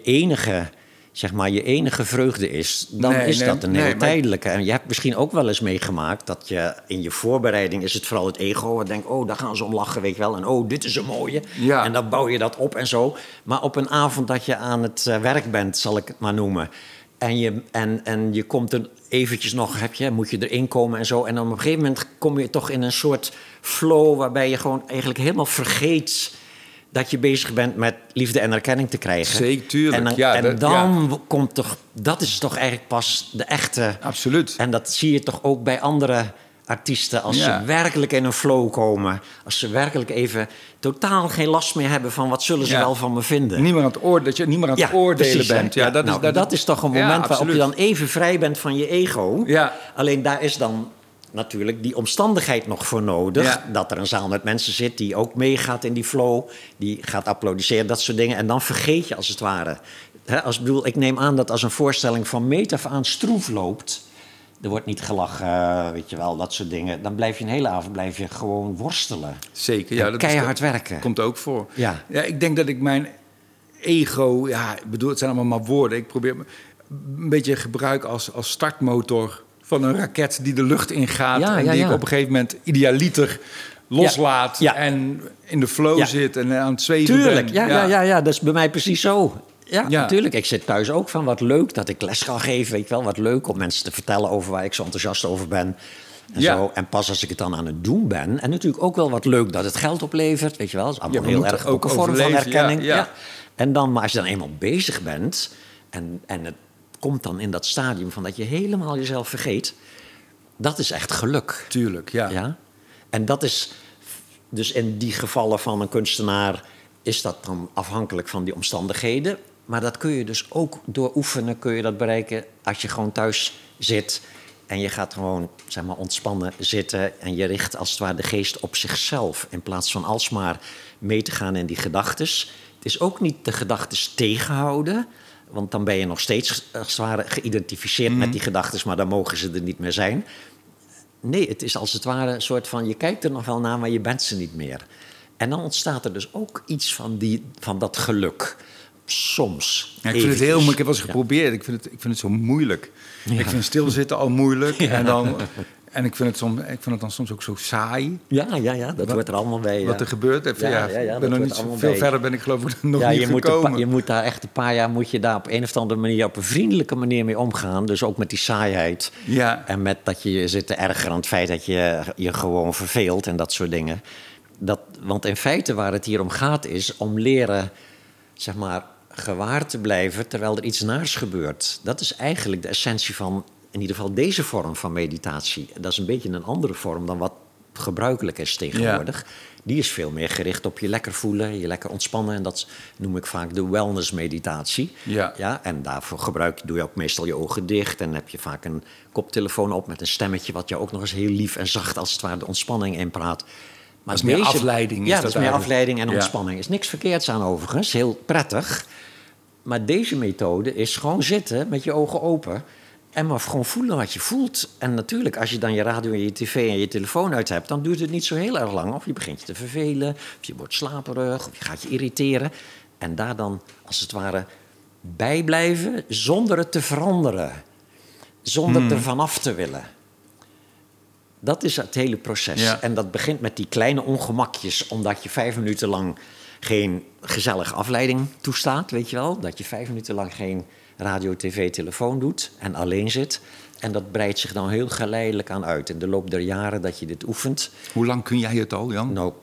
enige vreugde is, dan is dat een heel tijdelijke. En je hebt misschien ook wel eens meegemaakt dat je in je voorbereiding is het vooral het ego. Je denkt, daar gaan ze om lachen, weet je wel. En dit is een mooie. Ja. En dan bouw je dat op en zo. Maar op een avond dat je aan het werk bent, zal ik het maar noemen. En je komt er eventjes nog, moet je erin komen en zo. En dan op een gegeven moment kom je toch in een soort flow waarbij je gewoon eigenlijk helemaal vergeet dat je bezig bent met liefde en erkenning te krijgen. Zeker, tuurlijk. En dan komt toch, dat is toch eigenlijk pas de echte. Absoluut. En dat zie je toch ook bij andere artiesten. Als ze werkelijk in een flow komen. Als ze werkelijk even totaal geen last meer hebben van wat zullen ze wel van me vinden. Dat je niet meer aan het oordelen bent. Ja, dat is toch een moment waarop je dan even vrij bent van je ego. Ja. Alleen daar is dan natuurlijk die omstandigheid nog voor nodig. Ja. Dat er een zaal met mensen zit die ook meegaat in die flow. Die gaat applaudisseren, dat soort dingen. En dan vergeet je als het ware. Ik neem aan dat als een voorstelling van meet af aan stroef loopt, er wordt niet gelachen, weet je wel, dat soort dingen. Dan blijf je een hele avond gewoon worstelen. Zeker, ja. Dat keihard werken. Komt ook voor. Ja. Ja, ik denk dat ik mijn ego, het zijn allemaal maar woorden. Ik probeer een beetje gebruik als startmotor van een raket die de lucht ingaat. Ik op een gegeven moment idealiter loslaat en in de flow zit en aan het zweven ben. Ja, dat is bij mij precies zo. Ja, natuurlijk. Ik zit thuis ook van wat leuk dat ik les kan geven. Weet je wel, wat leuk om mensen te vertellen over waar ik zo enthousiast over ben. En, zo. En pas als ik het dan aan het doen ben. En natuurlijk ook wel wat leuk dat het geld oplevert. Weet je wel, dat is allemaal heel erg ook een vorm van erkenning. Ja. En dan, maar als je dan eenmaal bezig bent en het komt dan in dat stadium van dat je helemaal jezelf vergeet, dat is echt geluk. Tuurlijk, ja. En dat is dus in die gevallen van een kunstenaar is dat dan afhankelijk van die omstandigheden. Maar dat kun je dus ook door oefenen kun je dat bereiken als je gewoon thuis zit en je gaat gewoon ontspannen zitten en je richt als het ware de geest op zichzelf in plaats van alsmaar mee te gaan in die gedachtes. Het is ook niet de gedachtes tegenhouden, want dan ben je nog steeds als het ware geïdentificeerd met die gedachtes, maar dan mogen ze er niet meer zijn. Nee, het is als het ware een soort van, je kijkt er nog wel naar, maar je bent ze niet meer. En dan ontstaat er dus ook iets van dat geluk. Soms. Ja, ik vind het heel moeilijk. Ik heb wel eens geprobeerd. Ik vind het zo moeilijk. Ja. Ik vind stilzitten al moeilijk. Ja. En ik vind het dan soms ook zo saai. Ja, dat hoort er allemaal bij. Wat er gebeurt. Ben nog niet zo veel verder ben ik geloof ik nog niet gekomen. Je moet daar echt een paar jaar moet je daar op een of andere manier op een vriendelijke manier mee omgaan. Dus ook met die saaiheid. Ja. En met dat je zit te ergeren aan het feit dat je gewoon verveelt en dat soort dingen. Want in feite waar het hier om gaat is om leren, gewaar te blijven terwijl er iets naars gebeurt. Dat is eigenlijk de essentie van in ieder geval deze vorm van meditatie. Dat is een beetje een andere vorm dan wat gebruikelijk is tegenwoordig. Ja. Die is veel meer gericht op je lekker voelen, je lekker ontspannen. En dat noem ik vaak de wellness meditatie. Ja, en daarvoor doe je ook meestal je ogen dicht. En heb je vaak een koptelefoon op met een stemmetje wat je ook nog eens heel lief en zacht als het ware de ontspanning inpraat. Maar dat is meer afleiding. Ja, dat is meer afleiding en ontspanning. Er is niks verkeerds aan overigens, heel prettig. Maar deze methode is gewoon zitten met je ogen open en maar gewoon voelen wat je voelt. En natuurlijk, als je dan je radio en je tv en je telefoon uit hebt, dan duurt het niet zo heel erg lang. Of je begint je te vervelen, of je wordt slaperig, of je gaat je irriteren. En daar dan, als het ware, bij blijven zonder het te veranderen. zonder er vanaf te willen. Dat is het hele proces. Ja. En dat begint met die kleine ongemakjes, omdat je 5 minuten lang geen gezellige afleiding toestaat, weet je wel? Dat je 5 minuten lang geen radio, tv, telefoon doet en alleen zit. En dat breidt zich dan heel geleidelijk aan uit. In de loop der jaren dat je dit oefent. Hoe lang kun jij het al, Jan? Nou,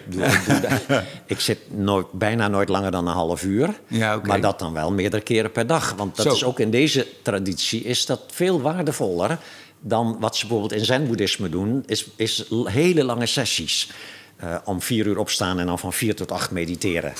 ik zit bijna nooit langer dan een half uur. Ja, okay. Maar dat dan wel meerdere keren per dag. Want dat is ook in deze traditie is dat veel waardevoller dan wat ze bijvoorbeeld in zen-boeddhisme doen. Is hele lange sessies. Om 4 uur opstaan en dan van 4 tot 8 mediteren.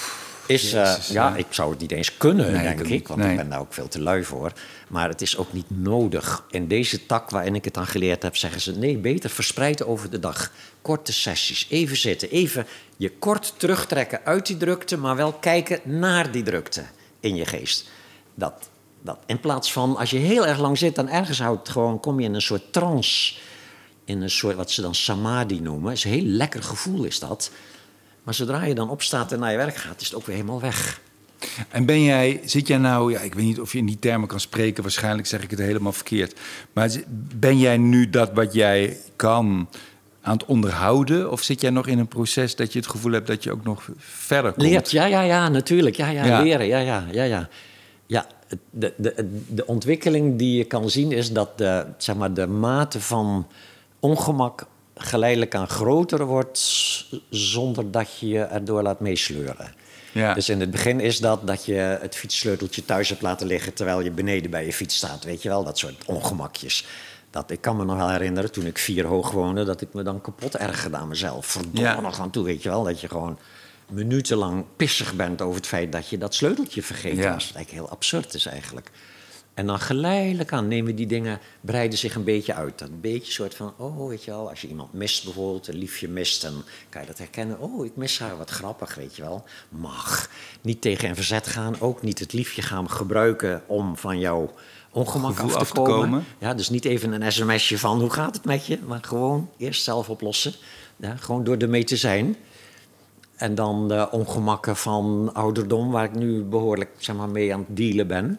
Ik zou het niet eens kunnen, denk ik. Want ik ben daar ook veel te lui voor. Maar het is ook niet nodig. In deze tak waarin ik het aan geleerd heb, zeggen ze... nee, beter verspreiden over de dag. Korte sessies, even zitten. Even je kort terugtrekken uit die drukte... maar wel kijken naar die drukte in je geest. Dat in plaats van, als je heel erg lang zit... dan ergens kom je in een soort trance. In een soort, wat ze dan samadhi noemen. Is een heel lekker gevoel is dat... Maar zodra je dan opstaat en naar je werk gaat, is het ook weer helemaal weg. En zit jij nou, ik weet niet of je in die termen kan spreken, waarschijnlijk zeg ik het helemaal verkeerd. Maar ben jij nu dat wat jij kan aan het onderhouden? Of zit jij nog in een proces dat je het gevoel hebt dat je ook nog verder komt? Leert, ja, natuurlijk. Ja. Leren, ja. Ja, de ontwikkeling die je kan zien is dat de mate van ongemak geleidelijk aan groter wordt zonder dat je je erdoor laat meesleuren. Ja. Dus in het begin is dat je het fietssleuteltje thuis hebt laten liggen terwijl je beneden bij je fiets staat. Weet je wel, dat soort ongemakjes. Ik kan me nog wel herinneren, toen ik 4 hoog woonde, dat ik me dan kapot ergerde aan mezelf. Verdomme nog aan toe, weet je wel. Dat je gewoon minutenlang pissig bent over het feit dat je dat sleuteltje vergeten was. Wat eigenlijk heel absurd is eigenlijk. En dan geleidelijk aan nemen die dingen, breiden zich een beetje uit. Een beetje soort van, weet je wel, als je iemand mist bijvoorbeeld, een liefje mist, dan kan je dat herkennen. Ik mis haar, wat grappig, weet je wel. Mag. Niet tegen in verzet gaan, ook niet het liefje gaan gebruiken om van jouw ongemak af te komen. Ja, dus niet even een sms'je van, hoe gaat het met je? Maar gewoon eerst zelf oplossen. Ja, gewoon door ermee te zijn. En dan de ongemakken van ouderdom, waar ik nu behoorlijk mee aan het dealen ben.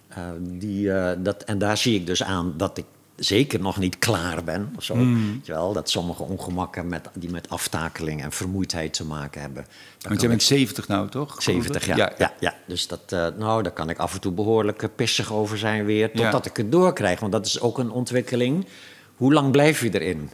En daar zie ik dus aan dat ik zeker nog niet klaar ben. Of zo. Weet je wel, dat sommige ongemakken die met aftakeling en vermoeidheid te maken hebben. Want jij bent 70 nou, toch? 70, ja. Dus daar kan ik af en toe behoorlijk pissig over zijn weer. Totdat ik het doorkrijg. Want dat is ook een ontwikkeling. Hoe lang blijf je erin?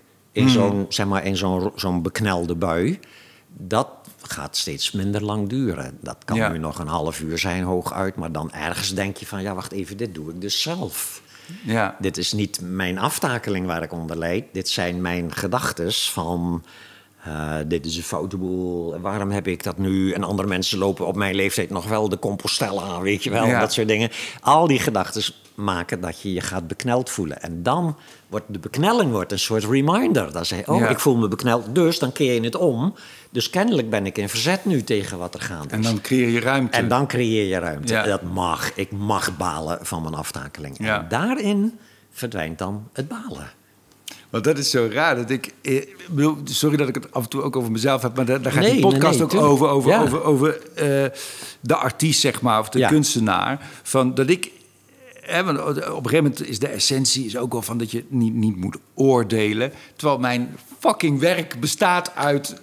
In zo'n beknelde bui. Dat gaat steeds minder lang duren. Dat kan nu nog een half uur zijn, hooguit. Maar dan ergens denk je van, wacht even, dit doe ik dus zelf. Ja. Dit is niet mijn aftakeling waar ik onder lijd. Dit zijn mijn gedachtes van, dit is een foute boel. Waarom heb ik dat nu? En andere mensen lopen op mijn leeftijd nog wel de Compostela, weet je wel. Dat soort dingen. Al die gedachtes maken dat je je gaat bekneld voelen. En dan wordt de beknelling een soort reminder. Dan zeg je, ik voel me bekneld, dus dan keer je het om. Dus kennelijk ben ik in verzet nu tegen wat er gaande is. En dan creëer je ruimte. Ja. Dat mag. Ik mag balen van mijn aftakeling. Ja. En daarin verdwijnt dan het balen. Want dat is zo raar. Dat sorry dat ik het af en toe ook over mezelf heb, maar daar gaat die podcast ook over de artiest, zeg maar, of de kunstenaar. Van dat ik... want op een gegeven moment is de essentie is ook wel van dat je niet moet oordelen. Terwijl mijn fucking werk bestaat uit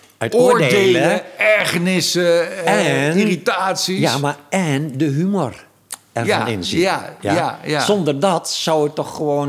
oordelen, ergernissen, irritaties. Ja, maar en de humor ervan inzien. Ja. Zonder dat zou het toch gewoon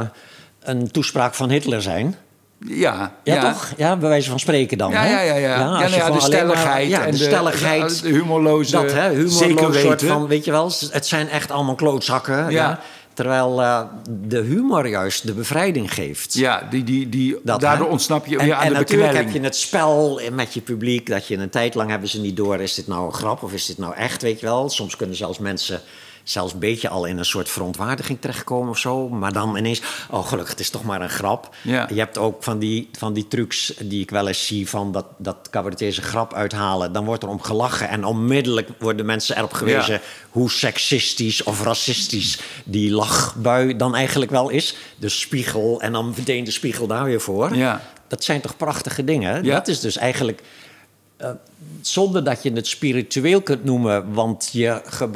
een toespraak van Hitler zijn. Ja, toch? Ja, bij wijze van spreken dan. De stelligheid. De stelligheid. De humorloze. Humorloos soort van, weet je wel. Het zijn echt allemaal klootzakken. Ja. Terwijl de humor juist de bevrijding geeft. Ja, daardoor ontsnap je aan de beknelling. En natuurlijk heb je het spel met je publiek. Dat je een tijd lang hebben ze niet door. Is dit nou een grap of is dit nou echt, weet je wel? Soms kunnen zelfs mensen zelfs een beetje al in een soort verontwaardiging terechtkomen of zo. Maar dan ineens, gelukkig, het is toch maar een grap. Ja. Je hebt ook van die trucs die ik wel eens zie van dat cabaretiers een grap uithalen. Dan wordt er om gelachen en onmiddellijk worden mensen erop gewezen hoe seksistisch of racistisch die lachbui dan eigenlijk wel is. De spiegel en dan meteen de spiegel daar weer voor. Ja. Dat zijn toch prachtige dingen? Ja. Dat is dus eigenlijk zonder dat je het spiritueel kunt noemen, want je gebruikt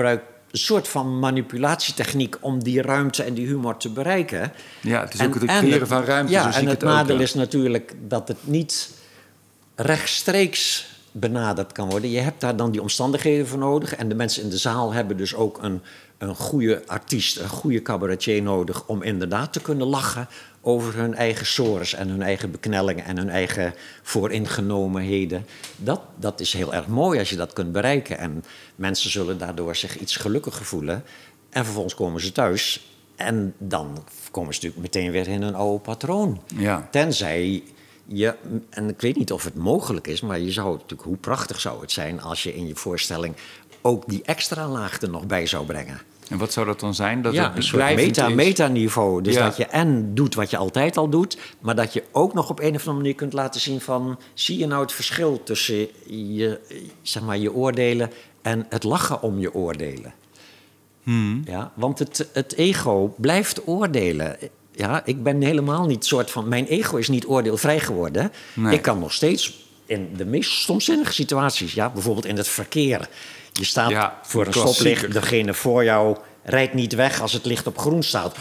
soort van manipulatietechniek om die ruimte en die humor te bereiken. Ja, het is ook het creëren van ruimte. Ja, en het nadeel is natuurlijk dat het niet rechtstreeks benaderd kan worden. Je hebt daar dan die omstandigheden voor nodig. En de mensen in de zaal hebben dus ook een goede artiest, een goede cabaretier nodig om inderdaad te kunnen lachen over hun eigen sores en hun eigen beknellingen en hun eigen vooringenomenheden. Dat is heel erg mooi als je dat kunt bereiken. En mensen zullen daardoor zich iets gelukkiger voelen. En vervolgens komen ze thuis en dan komen ze natuurlijk meteen weer in hun oude patroon. Ja. Tenzij je, en ik weet niet of het mogelijk is, maar je zou natuurlijk, hoe prachtig zou het zijn als je in je voorstelling ook die extra laag er nog bij zou brengen. En wat zou dat dan zijn? Dat ja, het een soort metaniveau. Dus dat je en doet wat je altijd al doet, maar dat je ook nog op een of andere manier kunt laten zien van, zie je nou het verschil tussen je oordelen en het lachen om je oordelen? Ja, want het ego blijft oordelen. Ja, ik ben helemaal niet soort van, mijn ego is niet oordeelvrij geworden. Nee. Ik kan nog steeds in de meest stomzinnige situaties, ja, bijvoorbeeld in het verkeer. Je staat voor een stoplicht, degene voor jou rijdt niet weg als het licht op groen staat.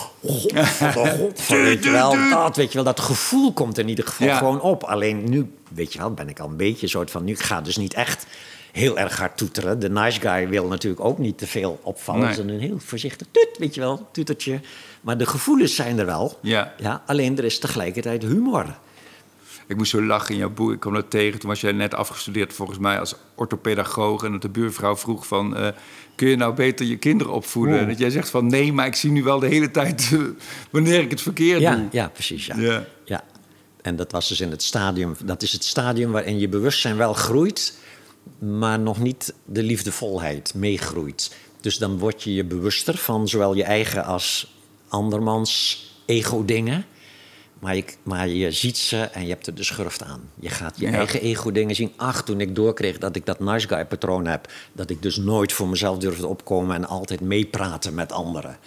Weet je wel, dat gevoel komt in ieder geval gewoon op. Alleen nu, weet je wel, ben ik al een beetje soort van, nu ga dus niet echt heel erg hard toeteren. De nice guy wil natuurlijk ook niet te veel opvallen. Nee. Dus een heel voorzichtig weet je wel, tutertje. Maar de gevoelens zijn er wel. Ja, alleen er is tegelijkertijd humor. Ik moest zo lachen in jouw boek. Ik kwam dat tegen. Toen was jij net afgestudeerd volgens mij als orthopedagoog. En dat de buurvrouw vroeg van, kun je nou beter je kinderen opvoeden? En dat jij zegt van, nee, maar ik zie nu wel de hele tijd wanneer ik het verkeerd doe. Ja, precies. Ja. En dat was dus in het stadium. Dat is het stadium waarin je bewustzijn wel groeit, maar nog niet de liefdevolheid meegroeit. Dus dan word je je bewuster van zowel je eigen als andermans ego-dingen. Maar je ziet ze en je hebt er de schurft aan. Je gaat je eigen ego-dingen zien. Ach, toen ik doorkreeg dat ik dat nice guy-patroon heb, dat ik dus nooit voor mezelf durfde opkomen en altijd meepraten met anderen.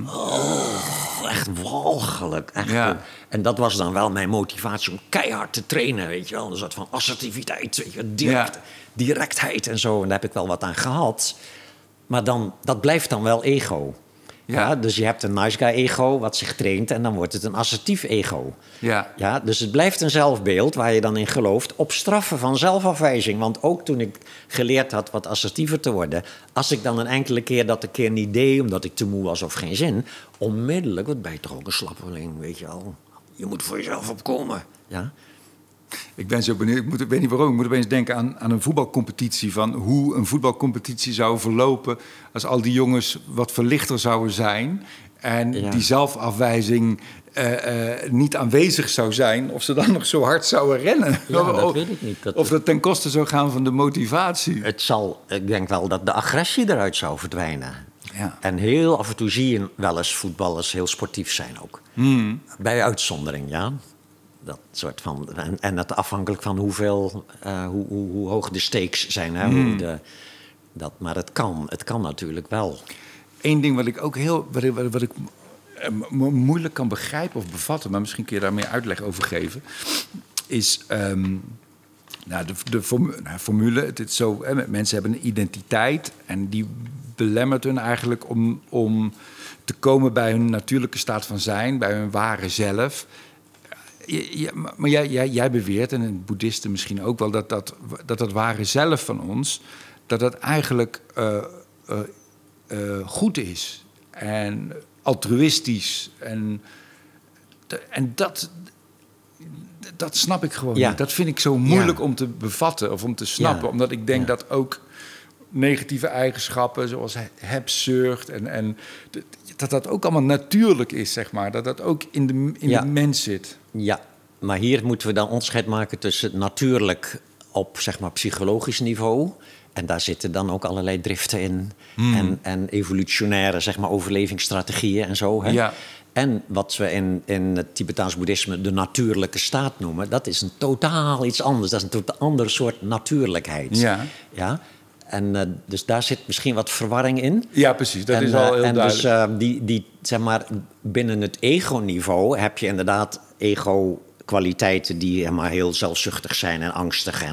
Echt walgelijk. Echt. Ja. En dat was dan wel mijn motivatie om keihard te trainen, weet je wel. Een soort van assertiviteit, weet je, directheid en zo. En daar heb ik wel wat aan gehad. Maar dan, dat blijft dan wel ego. Ja, dus je hebt een nice guy ego wat zich traint en dan wordt het een assertief ego. Ja, dus het blijft een zelfbeeld waar je dan in gelooft op straffen van zelfafwijzing. Want ook toen ik geleerd had wat assertiever te worden, als ik dan een enkele keer dat een keer niet deed omdat ik te moe was of geen zin, onmiddellijk, wat ben je toch ook een slappeling, weet je wel. Je moet voor jezelf opkomen, ja. Ik ben zo benieuwd, ik weet niet waarom, ik moet opeens denken aan een voetbalcompetitie. Van hoe een voetbalcompetitie zou verlopen als al die jongens wat verlichter zouden zijn. En die zelfafwijzing niet aanwezig zou zijn. Of ze dan nog zo hard zouden rennen. Ja, dat weet ik niet. Of dat ten koste zou gaan van de motivatie. Ik denk wel dat de agressie eruit zou verdwijnen. Ja. En heel af en toe zie je wel eens voetballers heel sportief zijn ook. Bij uitzondering, ja. Dat soort van, en dat afhankelijk van hoe hoog de stakes zijn. Hè? Maar het kan natuurlijk wel. Eén ding wat ik ook wat ik moeilijk kan begrijpen of bevatten, maar misschien kun je daar meer uitleg over geven, is de formule. Het is zo, mensen hebben een identiteit en die belemmert hun eigenlijk om te komen bij hun natuurlijke staat van zijn, bij hun ware zelf. Maar jij beweert, en boeddhisten misschien ook wel, dat ware zelf van ons, dat dat eigenlijk goed is en altruïstisch. En dat snap ik gewoon niet. Dat vind ik zo moeilijk om te bevatten of om te snappen. Omdat ik denk dat ook negatieve eigenschappen zoals hebzucht en dat ook allemaal natuurlijk is, zeg maar. Dat ook in de mens zit. Ja, maar hier moeten we dan onderscheid maken tussen natuurlijk op, zeg maar, psychologisch niveau. En daar zitten dan ook allerlei driften in. En evolutionaire, zeg maar, overlevingsstrategieën en zo. Hè? Ja. En wat we in het Tibetaans boeddhisme de natuurlijke staat noemen, dat is een totaal iets anders. Dat is een totaal ander soort natuurlijkheid. Ja? En dus daar zit misschien wat verwarring in. Ja, precies. Dat is al heel duidelijk. Dus die zeg maar, binnen het ego-niveau heb je inderdaad ego-kwaliteiten die helemaal heel zelfzuchtig zijn en angstig en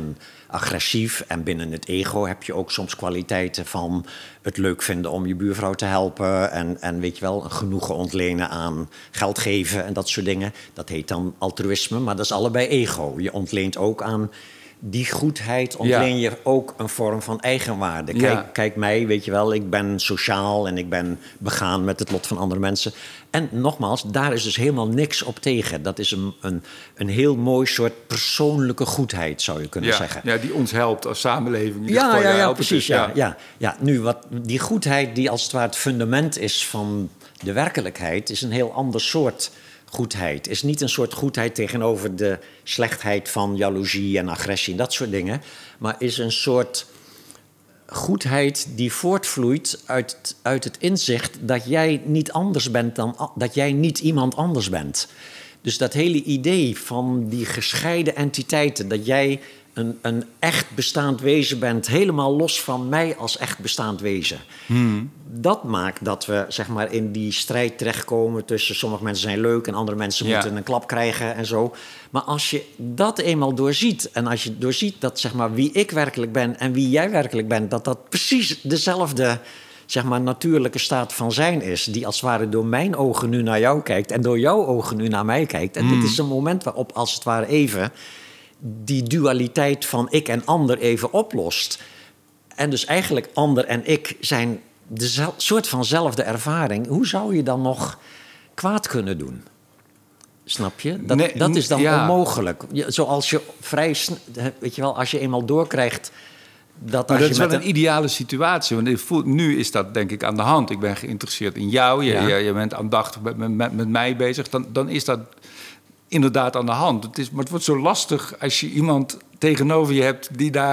agressief. En binnen het ego heb je ook soms kwaliteiten van het leuk vinden om je buurvrouw te helpen. En weet je wel, een genoegen ontlenen aan geld geven en dat soort dingen. Dat heet dan altruïsme, maar dat is allebei ego. Je ontleent ook aan die goedheid, ontleen je ook een vorm van eigenwaarde. Kijk mij, weet je wel, ik ben sociaal en ik ben begaan met het lot van andere mensen. En nogmaals, daar is dus helemaal niks op tegen. Dat is een heel mooi soort persoonlijke goedheid, zou je kunnen zeggen. Ja, die ons helpt als samenleving. Precies. Nu, die goedheid die als het ware het fundament is van de werkelijkheid, is een heel ander soort goedheid. Is niet een soort goedheid tegenover de slechtheid van jaloezie en agressie en dat soort dingen, maar is een soort goedheid die voortvloeit uit het inzicht dat jij niet anders bent dat jij niet iemand anders bent. Dus dat hele idee van die gescheiden entiteiten, dat jij een echt bestaand wezen bent, helemaal los van mij als echt bestaand wezen. Dat maakt dat we zeg maar in die strijd terechtkomen tussen sommige mensen zijn leuk en andere mensen moeten een klap krijgen en zo. Maar als je dat eenmaal doorziet en als je doorziet dat zeg maar wie ik werkelijk ben en wie jij werkelijk bent, dat precies dezelfde zeg maar natuurlijke staat van zijn is, die als het ware door mijn ogen nu naar jou kijkt en door jouw ogen nu naar mij kijkt. En dit is een moment waarop als het ware even die dualiteit van ik en ander even oplost. En dus eigenlijk ander en ik zijn de soort vanzelfde ervaring. Hoe zou je dan nog kwaad kunnen doen? Snap je? Dat is dan onmogelijk. Zoals je weet je wel, als je eenmaal doorkrijgt dat is wel een ideale situatie. Want nu is dat denk ik aan de hand. Ik ben geïnteresseerd in jou. Je bent aandachtig met mij bezig. Dan is dat inderdaad aan de hand. Maar het wordt zo lastig als je iemand tegenover je hebt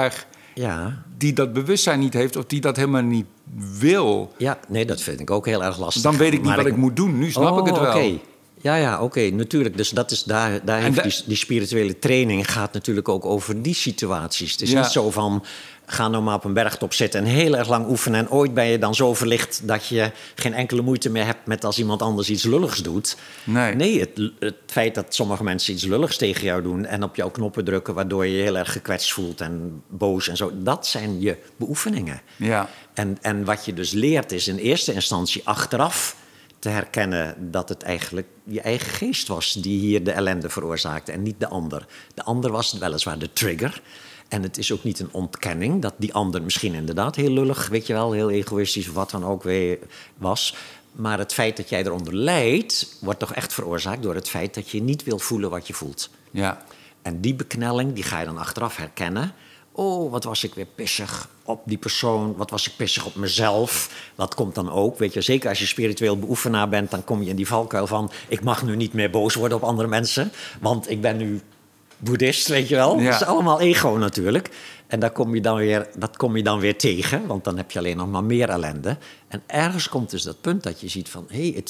die dat bewustzijn niet heeft of die dat helemaal niet wil. Ja, nee, dat vind ik ook heel erg lastig. Dan weet ik niet wat ik moet doen. Nu snap ik het wel. Okay. Oké, natuurlijk. Dus dat is daar heeft die spirituele training gaat natuurlijk ook over die situaties. Het is niet zo van, ga nou maar op een bergtop zitten en heel erg lang oefenen en ooit ben je dan zo verlicht dat je geen enkele moeite meer hebt met als iemand anders iets lulligs doet. Nee, het feit dat sommige mensen iets lulligs tegen jou doen en op jouw knoppen drukken waardoor je je heel erg gekwetst voelt en boos en zo, dat zijn je beoefeningen. Ja. En wat je dus leert is in eerste instantie achteraf te herkennen dat het eigenlijk je eigen geest was die hier de ellende veroorzaakte en niet de ander. De ander was weliswaar de trigger. En het is ook niet een ontkenning dat die ander misschien inderdaad heel lullig, weet je wel, heel egoïstisch of wat dan ook weer was. Maar het feit dat jij eronder lijdt, wordt toch echt veroorzaakt door het feit dat je niet wilt voelen wat je voelt. Ja. En die beknelling, die ga je dan achteraf herkennen. Oh, wat was ik weer pissig op die persoon. Wat was ik pissig op mezelf. Dat komt dan ook, weet je. Zeker als je spiritueel beoefenaar bent, dan kom je in die valkuil van, ik mag nu niet meer boos worden op andere mensen, want ik ben nu boeddhist, weet je wel. Dat is allemaal ego natuurlijk. En dat kom je dan weer tegen, want dan heb je alleen nog maar meer ellende. En ergens komt dus dat punt dat je ziet van,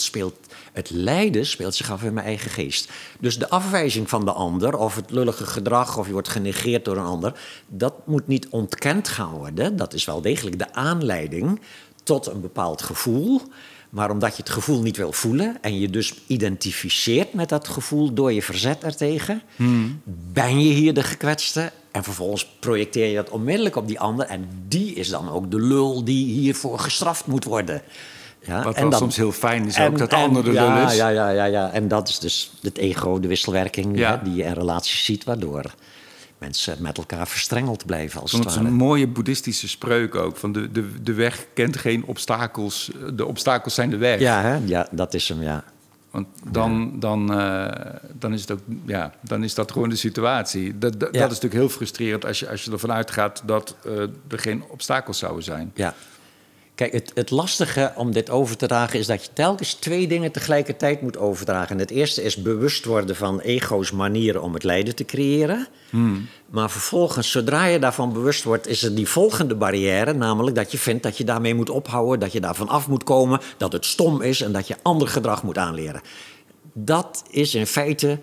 het lijden speelt zich af in mijn eigen geest. Dus de afwijzing van de ander, of het lullige gedrag, of je wordt genegeerd door een ander, dat moet niet ontkend gaan worden. Dat is wel degelijk de aanleiding tot een bepaald gevoel. Maar omdat je het gevoel niet wil voelen en je dus identificeert met dat gevoel door je verzet ertegen, ben je hier de gekwetste en vervolgens projecteer je dat onmiddellijk op die ander en die is dan ook de lul die hiervoor gestraft moet worden. Ja, wat wel soms heel fijn is ook, dat de ander de lul is. Ja. En dat is dus het ego, de wisselwerking die je in relaties ziet, waardoor mensen met elkaar verstrengeld blijven als het ware. Dat is een mooie boeddhistische spreuk ook. Van de weg kent geen obstakels. De obstakels zijn de weg. Ja, dat is hem, ja. Want dan is het ook, dan is dat gewoon de situatie. Dat is natuurlijk heel frustrerend als je ervan uitgaat dat er geen obstakels zouden zijn. Ja. Kijk, het lastige om dit over te dragen is dat je telkens 2 dingen tegelijkertijd moet overdragen. En het eerste is bewust worden van ego's manieren om het lijden te creëren. Maar vervolgens, zodra je daarvan bewust wordt, is er die volgende barrière, namelijk dat je vindt dat je daarmee moet ophouden, dat je daarvan af moet komen, dat het stom is en dat je ander gedrag moet aanleren. Dat is in feite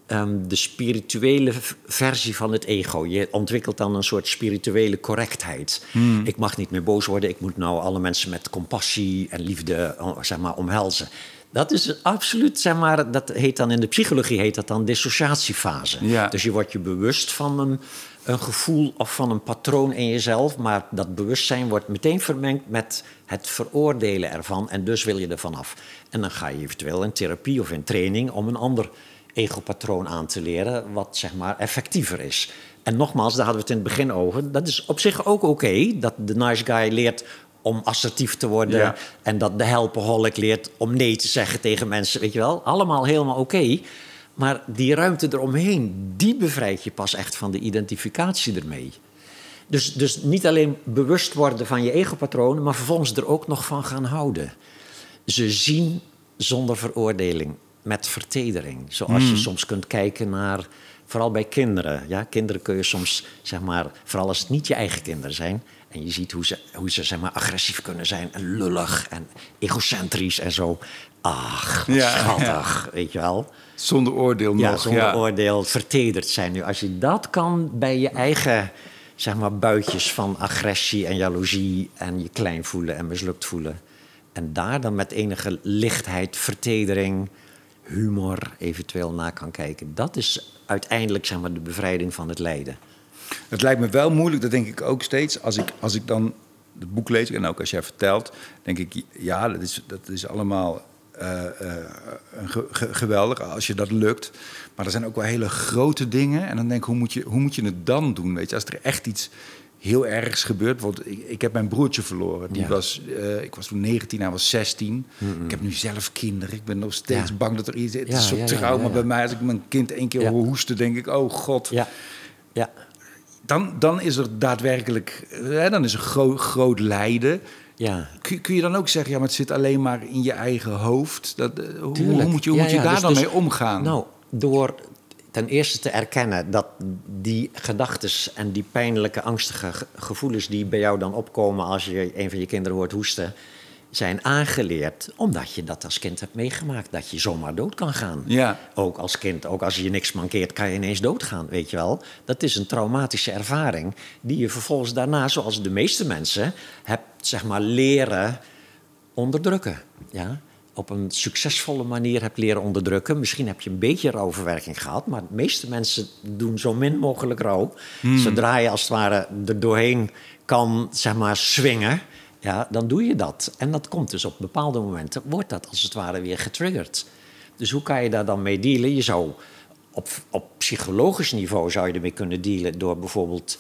de spirituele versie van het ego. Je ontwikkelt dan een soort spirituele correctheid. Ik mag niet meer boos worden. Ik moet nou alle mensen met compassie en liefde omhelzen. Dat is absoluut, dat heet dan in de psychologie heet dat dan dissociatiefase. Ja. Dus je wordt je bewust van een gevoel of van een patroon in jezelf, maar dat bewustzijn wordt meteen vermengd met het veroordelen ervan en dus wil je er vanaf. En dan ga je eventueel in therapie of in training om een ander egopatroon aan te leren wat effectiever is. En nogmaals, daar hadden we het in het begin over. Dat is op zich ook oké, dat de nice guy leert om assertief te worden. Ja. En dat de helpaholic leert om nee te zeggen tegen mensen. Weet je wel, allemaal helemaal oké. Maar die ruimte eromheen, die bevrijdt je pas echt van de identificatie ermee. Dus niet alleen bewust worden van je egopatronen, maar vervolgens er ook nog van gaan houden. Ze zien zonder veroordeling, met vertedering. Zoals je soms kunt kijken naar, vooral bij kinderen. Ja, kinderen kun je soms, vooral als het niet je eigen kinderen zijn, en je ziet hoe ze agressief kunnen zijn en lullig en egocentrisch en zo. Ach, schattig, weet je wel. Zonder oordeel nog. Ja, zonder oordeel, vertederd zijn. Nu, als je dat kan bij je eigen buitjes van agressie en jaloezie en je klein voelen en mislukt voelen. En daar dan met enige lichtheid, vertedering, humor eventueel naar kan kijken. Dat is uiteindelijk de bevrijding van het lijden. Het lijkt me wel moeilijk, dat denk ik ook steeds. Als ik dan het boek lees en ook als jij vertelt, denk ik, ja, dat is allemaal geweldig als je dat lukt. Maar er zijn ook wel hele grote dingen. En dan denk ik, hoe moet je het dan doen? Weet je, als er echt iets heel ergs gebeurt. Bijvoorbeeld, ik heb mijn broertje verloren. Ik was toen 19, hij was 16. Ik heb nu zelf kinderen. Ik ben nog steeds bang dat er iets... Het is een soort trauma bij mij. Als ik mijn kind 1 keer hoor hoesten, denk ik, oh god. Ja. Dan is er daadwerkelijk... dan is er groot lijden. Ja. Kun je dan ook zeggen, maar het zit alleen maar in je eigen hoofd? Hoe moet je daar dan mee omgaan? Nou, door ten eerste te erkennen dat die gedachtes en die pijnlijke, angstige gevoelens die bij jou dan opkomen als je een van je kinderen hoort hoesten, zijn aangeleerd omdat je dat als kind hebt meegemaakt. Dat je zomaar dood kan gaan. Ja. Ook als kind, ook als je niks mankeert, kan je ineens doodgaan, weet je wel. Dat is een traumatische ervaring die je vervolgens daarna, zoals de meeste mensen, hebt leren onderdrukken. Ja? Op een succesvolle manier hebt leren onderdrukken. Misschien heb je een beetje rouwverwerking gehad, maar de meeste mensen doen zo min mogelijk rouw. Zodra je als het ware er doorheen kan, swingen, ja, dan doe je dat. En dat komt dus op bepaalde momenten, wordt dat als het ware weer getriggerd. Dus hoe kan je daar dan mee dealen? Je zou op psychologisch niveau zou je ermee kunnen dealen door bijvoorbeeld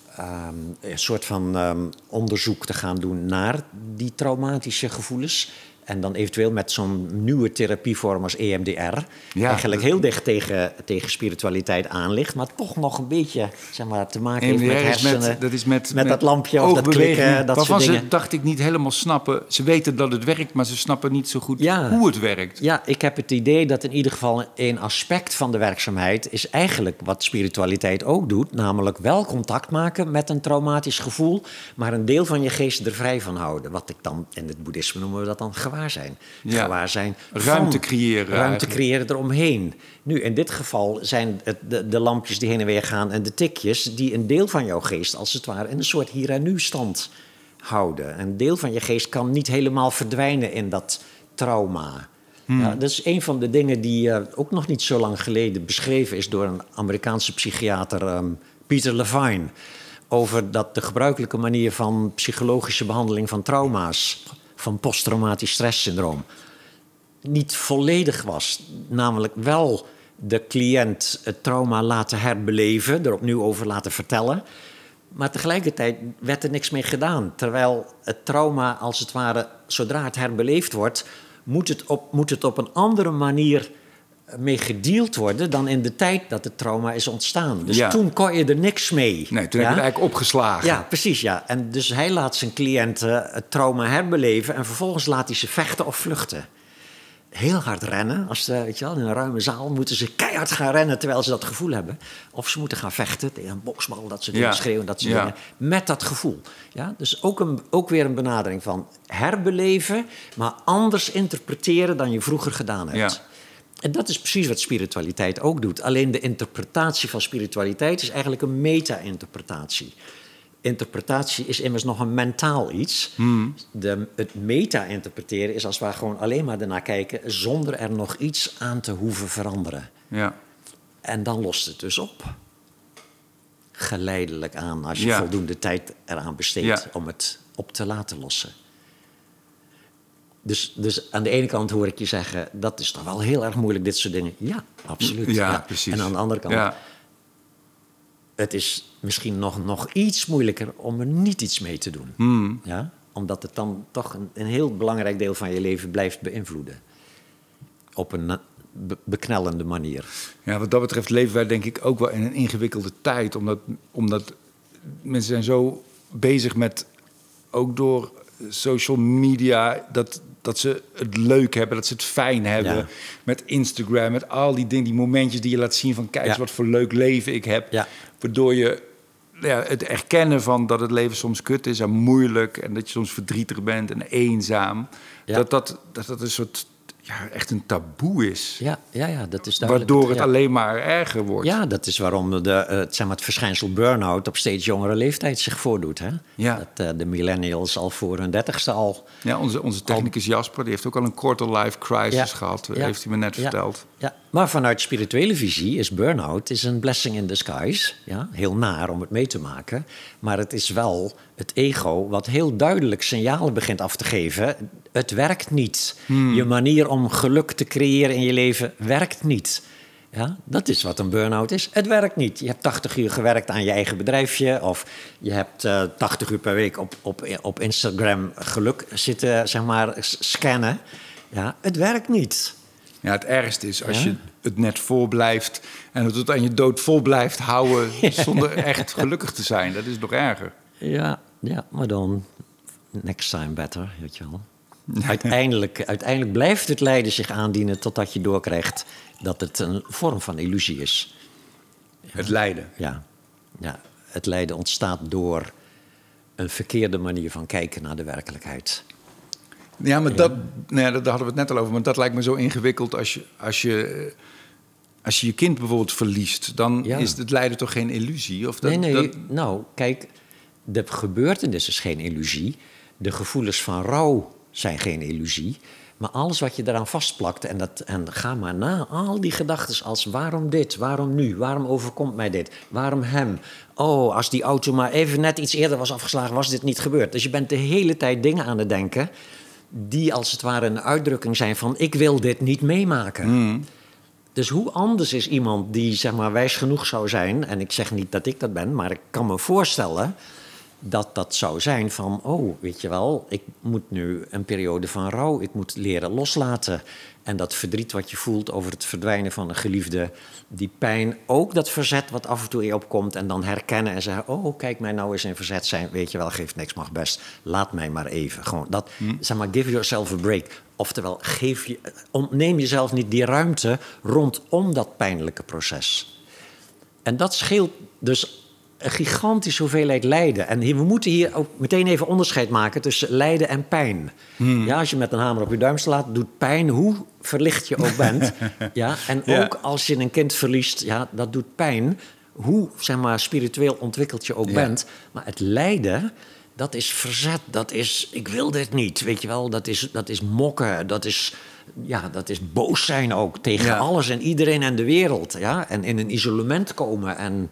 een soort van onderzoek te gaan doen naar die traumatische gevoelens. En dan eventueel met zo'n nieuwe therapievorm als EMDR. Ja, eigenlijk heel dicht tegen spiritualiteit aan ligt. Maar toch nog een beetje te maken heeft met hersenen. Dat is met dat lampje of dat klikken. Dat waarvan soort dingen. Ze, dacht ik, niet helemaal snappen. Ze weten dat het werkt, maar ze snappen niet zo goed hoe het werkt. Ja, ik heb het idee dat in ieder geval een aspect van de werkzaamheid is eigenlijk wat spiritualiteit ook doet. Namelijk wel contact maken met een traumatisch gevoel. Maar een deel van je geest er vrij van houden. Wat ik dan in het boeddhisme noemen we dat dan gewaarzijn. Ja. Gewaarzijn ruimte creëren. Ruimte creëren eromheen. Nu, in dit geval zijn het de lampjes die heen en weer gaan en de tikjes die een deel van jouw geest als het ware in een soort hier en nu stand houden. Een deel van je geest kan niet helemaal verdwijnen in dat trauma. Ja, dat is een van de dingen die ook nog niet zo lang geleden beschreven is door een Amerikaanse psychiater, Peter Levine, over dat de gebruikelijke manier van psychologische behandeling van trauma's, van posttraumatisch stresssyndroom, niet volledig was. Namelijk wel de cliënt het trauma laten herbeleven, er opnieuw over laten vertellen. Maar tegelijkertijd werd er niks mee gedaan. Terwijl het trauma, als het ware, zodra het herbeleefd wordt, moet het op een andere manier mee gedeeld worden dan in de tijd dat het trauma is ontstaan. Dus toen kon je er niks mee. Nee, toen heb je het eigenlijk opgeslagen. Ja, precies, ja. En dus hij laat zijn cliënten het trauma herbeleven en vervolgens laat hij ze vechten of vluchten. Heel hard rennen. Weet je wel, in een ruime zaal moeten ze keihard gaan rennen terwijl ze dat gevoel hebben. Of ze moeten gaan vechten tegen een boksbal, dat soort dingen, schreeuwen, dat soort dingen. Met dat gevoel. Ja? Dus ook weer een benadering van herbeleven, maar anders interpreteren dan je vroeger gedaan hebt. Ja. En dat is precies wat spiritualiteit ook doet. Alleen de interpretatie van spiritualiteit is eigenlijk een meta-interpretatie. Interpretatie is immers nog een mentaal iets. Het meta-interpreteren is als we gewoon alleen maar ernaar kijken zonder er nog iets aan te hoeven veranderen. Ja. En dan lost het dus op. Geleidelijk aan, als je voldoende tijd eraan besteedt om het op te laten lossen. Dus aan de ene kant hoor ik je zeggen, dat is toch wel heel erg moeilijk, dit soort dingen. Ja, absoluut. Ja, precies. En aan de andere kant, het is misschien nog iets moeilijker om er niet iets mee te doen. Ja? Omdat het dan toch een heel belangrijk deel van je leven blijft beïnvloeden. Op een beknellende manier. Ja, wat dat betreft leven wij denk ik ook wel in een ingewikkelde tijd. Omdat mensen zijn zo bezig met, ook door social media, dat ze het leuk hebben, dat ze het fijn hebben. Ja. Met Instagram, met al die dingen, die momentjes die je laat zien van kijk eens wat voor leuk leven ik heb. Ja. Waardoor je het erkennen van dat het leven soms kut is en moeilijk en dat je soms verdrietig bent en eenzaam. Ja. Dat een soort echt een taboe is. Ja, dat is duidelijk. Waardoor het alleen maar erger wordt. Ja, dat is waarom het verschijnsel burn-out op steeds jongere leeftijd zich voordoet. Hè? Ja. Dat de millennials al voor hun 30ste al... Ja, onze technicus Jasper, die heeft ook al een quarter-life crisis gehad. Heeft hij me net verteld. Ja. Maar vanuit spirituele visie is burn-out een blessing in disguise. Ja? Heel naar om het mee te maken. Maar het is wel het ego wat heel duidelijk signalen begint af te geven. Het werkt niet. Je manier om geluk te creëren in je leven werkt niet. Ja? Dat is wat een burn-out is. Het werkt niet. Je hebt 80 uur gewerkt aan je eigen bedrijfje. Of je hebt 80 uur per week op Instagram geluk zitten scannen. Ja? Het werkt niet. Ja, het ergste is als je het net vol blijft en het tot aan je dood vol blijft houden zonder echt gelukkig te zijn. Dat is nog erger. Ja, maar dan next time better, weet je wel. Uiteindelijk blijft het lijden zich aandienen totdat je doorkrijgt dat het een vorm van illusie is. Het lijden? Ja, het lijden ontstaat door een verkeerde manier van kijken naar de werkelijkheid. Ja, maar daar hadden we het net al over. Maar dat lijkt me zo ingewikkeld als je je kind bijvoorbeeld verliest. Dan is het lijden toch geen illusie? Of Nee. Nou, kijk, de gebeurtenis is geen illusie. De gevoelens van rouw zijn geen illusie. Maar alles wat je daaraan vastplakt, en ga maar na, al die gedachten als waarom dit, waarom nu, waarom overkomt mij dit, waarom hem? Oh, als die auto maar even net iets eerder was afgeslagen, was dit niet gebeurd. Dus je bent de hele tijd dingen aan het denken die als het ware een uitdrukking zijn van ik wil dit niet meemaken. Dus hoe anders is iemand die wijs genoeg zou zijn, en ik zeg niet dat ik dat ben, maar ik kan me voorstellen dat zou zijn van, oh, weet je wel, ik moet nu een periode van rouw, ik moet leren loslaten. En dat verdriet wat je voelt over het verdwijnen van een geliefde, die pijn, ook dat verzet wat af en toe in je opkomt en dan herkennen en zeggen, oh, kijk mij nou eens in verzet zijn, weet je wel, geeft niks, mag best, laat mij maar even. Gewoon dat, give yourself a break. Oftewel, ontneem jezelf niet die ruimte rondom dat pijnlijke proces. En dat scheelt dus een gigantische hoeveelheid lijden. En we moeten hier ook meteen even onderscheid maken tussen lijden en pijn. Ja, als je met een hamer op je duim slaat, doet pijn, hoe verlicht je ook bent. Ook als je een kind verliest, dat doet pijn. Hoe, spiritueel ontwikkeld je ook bent. Maar het lijden, dat is verzet, dat is, ik wil dit niet, weet je wel. Dat is mokken, dat is boos zijn ook tegen alles en iedereen en de wereld. Ja? En in een isolement komen en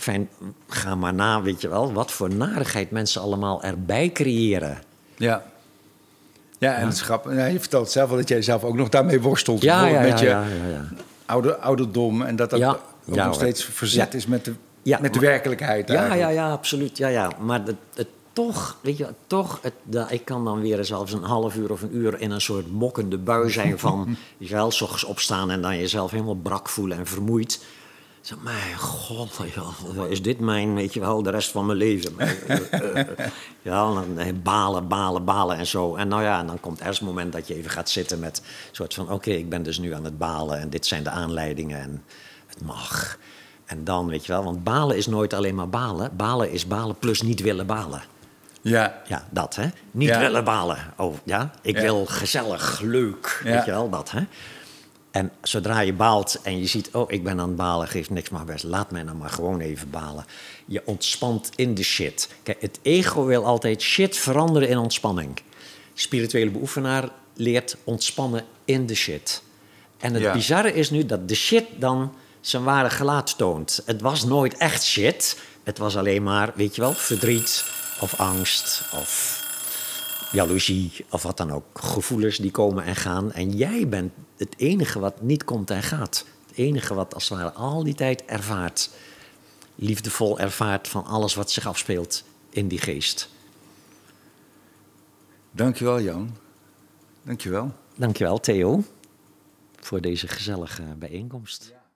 ga maar na, weet je wel, wat voor narigheid mensen allemaal erbij creëren. Ja, en het is grappig. Ja, je vertelt zelf wel dat jij zelf ook nog daarmee worstelt. Met je ouderdom en dat ook nog steeds verzet is met de werkelijkheid. Ja, absoluut. Ja. Maar toch, weet je, ik kan dan weer zelfs een half uur of een uur in een soort mokkende bui zijn van, je wel, 's ochtends opstaan en dan jezelf helemaal brak voelen en vermoeid. Zeg, mijn god, is dit weet je wel, de rest van mijn leven? Dan balen en zo. En dan komt er een moment dat je even gaat zitten met een soort van, oké, ik ben dus nu aan het balen en dit zijn de aanleidingen en het mag. En dan, weet je wel, want balen is nooit alleen maar balen. Balen is balen plus niet willen balen. Ja. Ja, dat, hè. Niet willen balen. Oh, ja, ik wil gezellig, leuk, weet je wel, dat, hè. En zodra je baalt en je ziet, oh, ik ben aan het balen, geeft niks maar best. Laat mij nou maar gewoon even balen. Je ontspant in de shit. Kijk, het ego wil altijd shit veranderen in ontspanning. Spirituele beoefenaar leert ontspannen in de shit. En het bizarre is nu dat de shit dan zijn ware gelaat toont. Het was nooit echt shit. Het was alleen maar, weet je wel, verdriet of angst of jaloezie of wat dan ook. Gevoelens die komen en gaan. En jij bent het enige wat niet komt en gaat. Het enige wat als het ware al die tijd ervaart. Liefdevol ervaart van alles wat zich afspeelt in die geest. Dankjewel, Jan. Dankjewel. Dankjewel, Theo, voor deze gezellige bijeenkomst. Ja.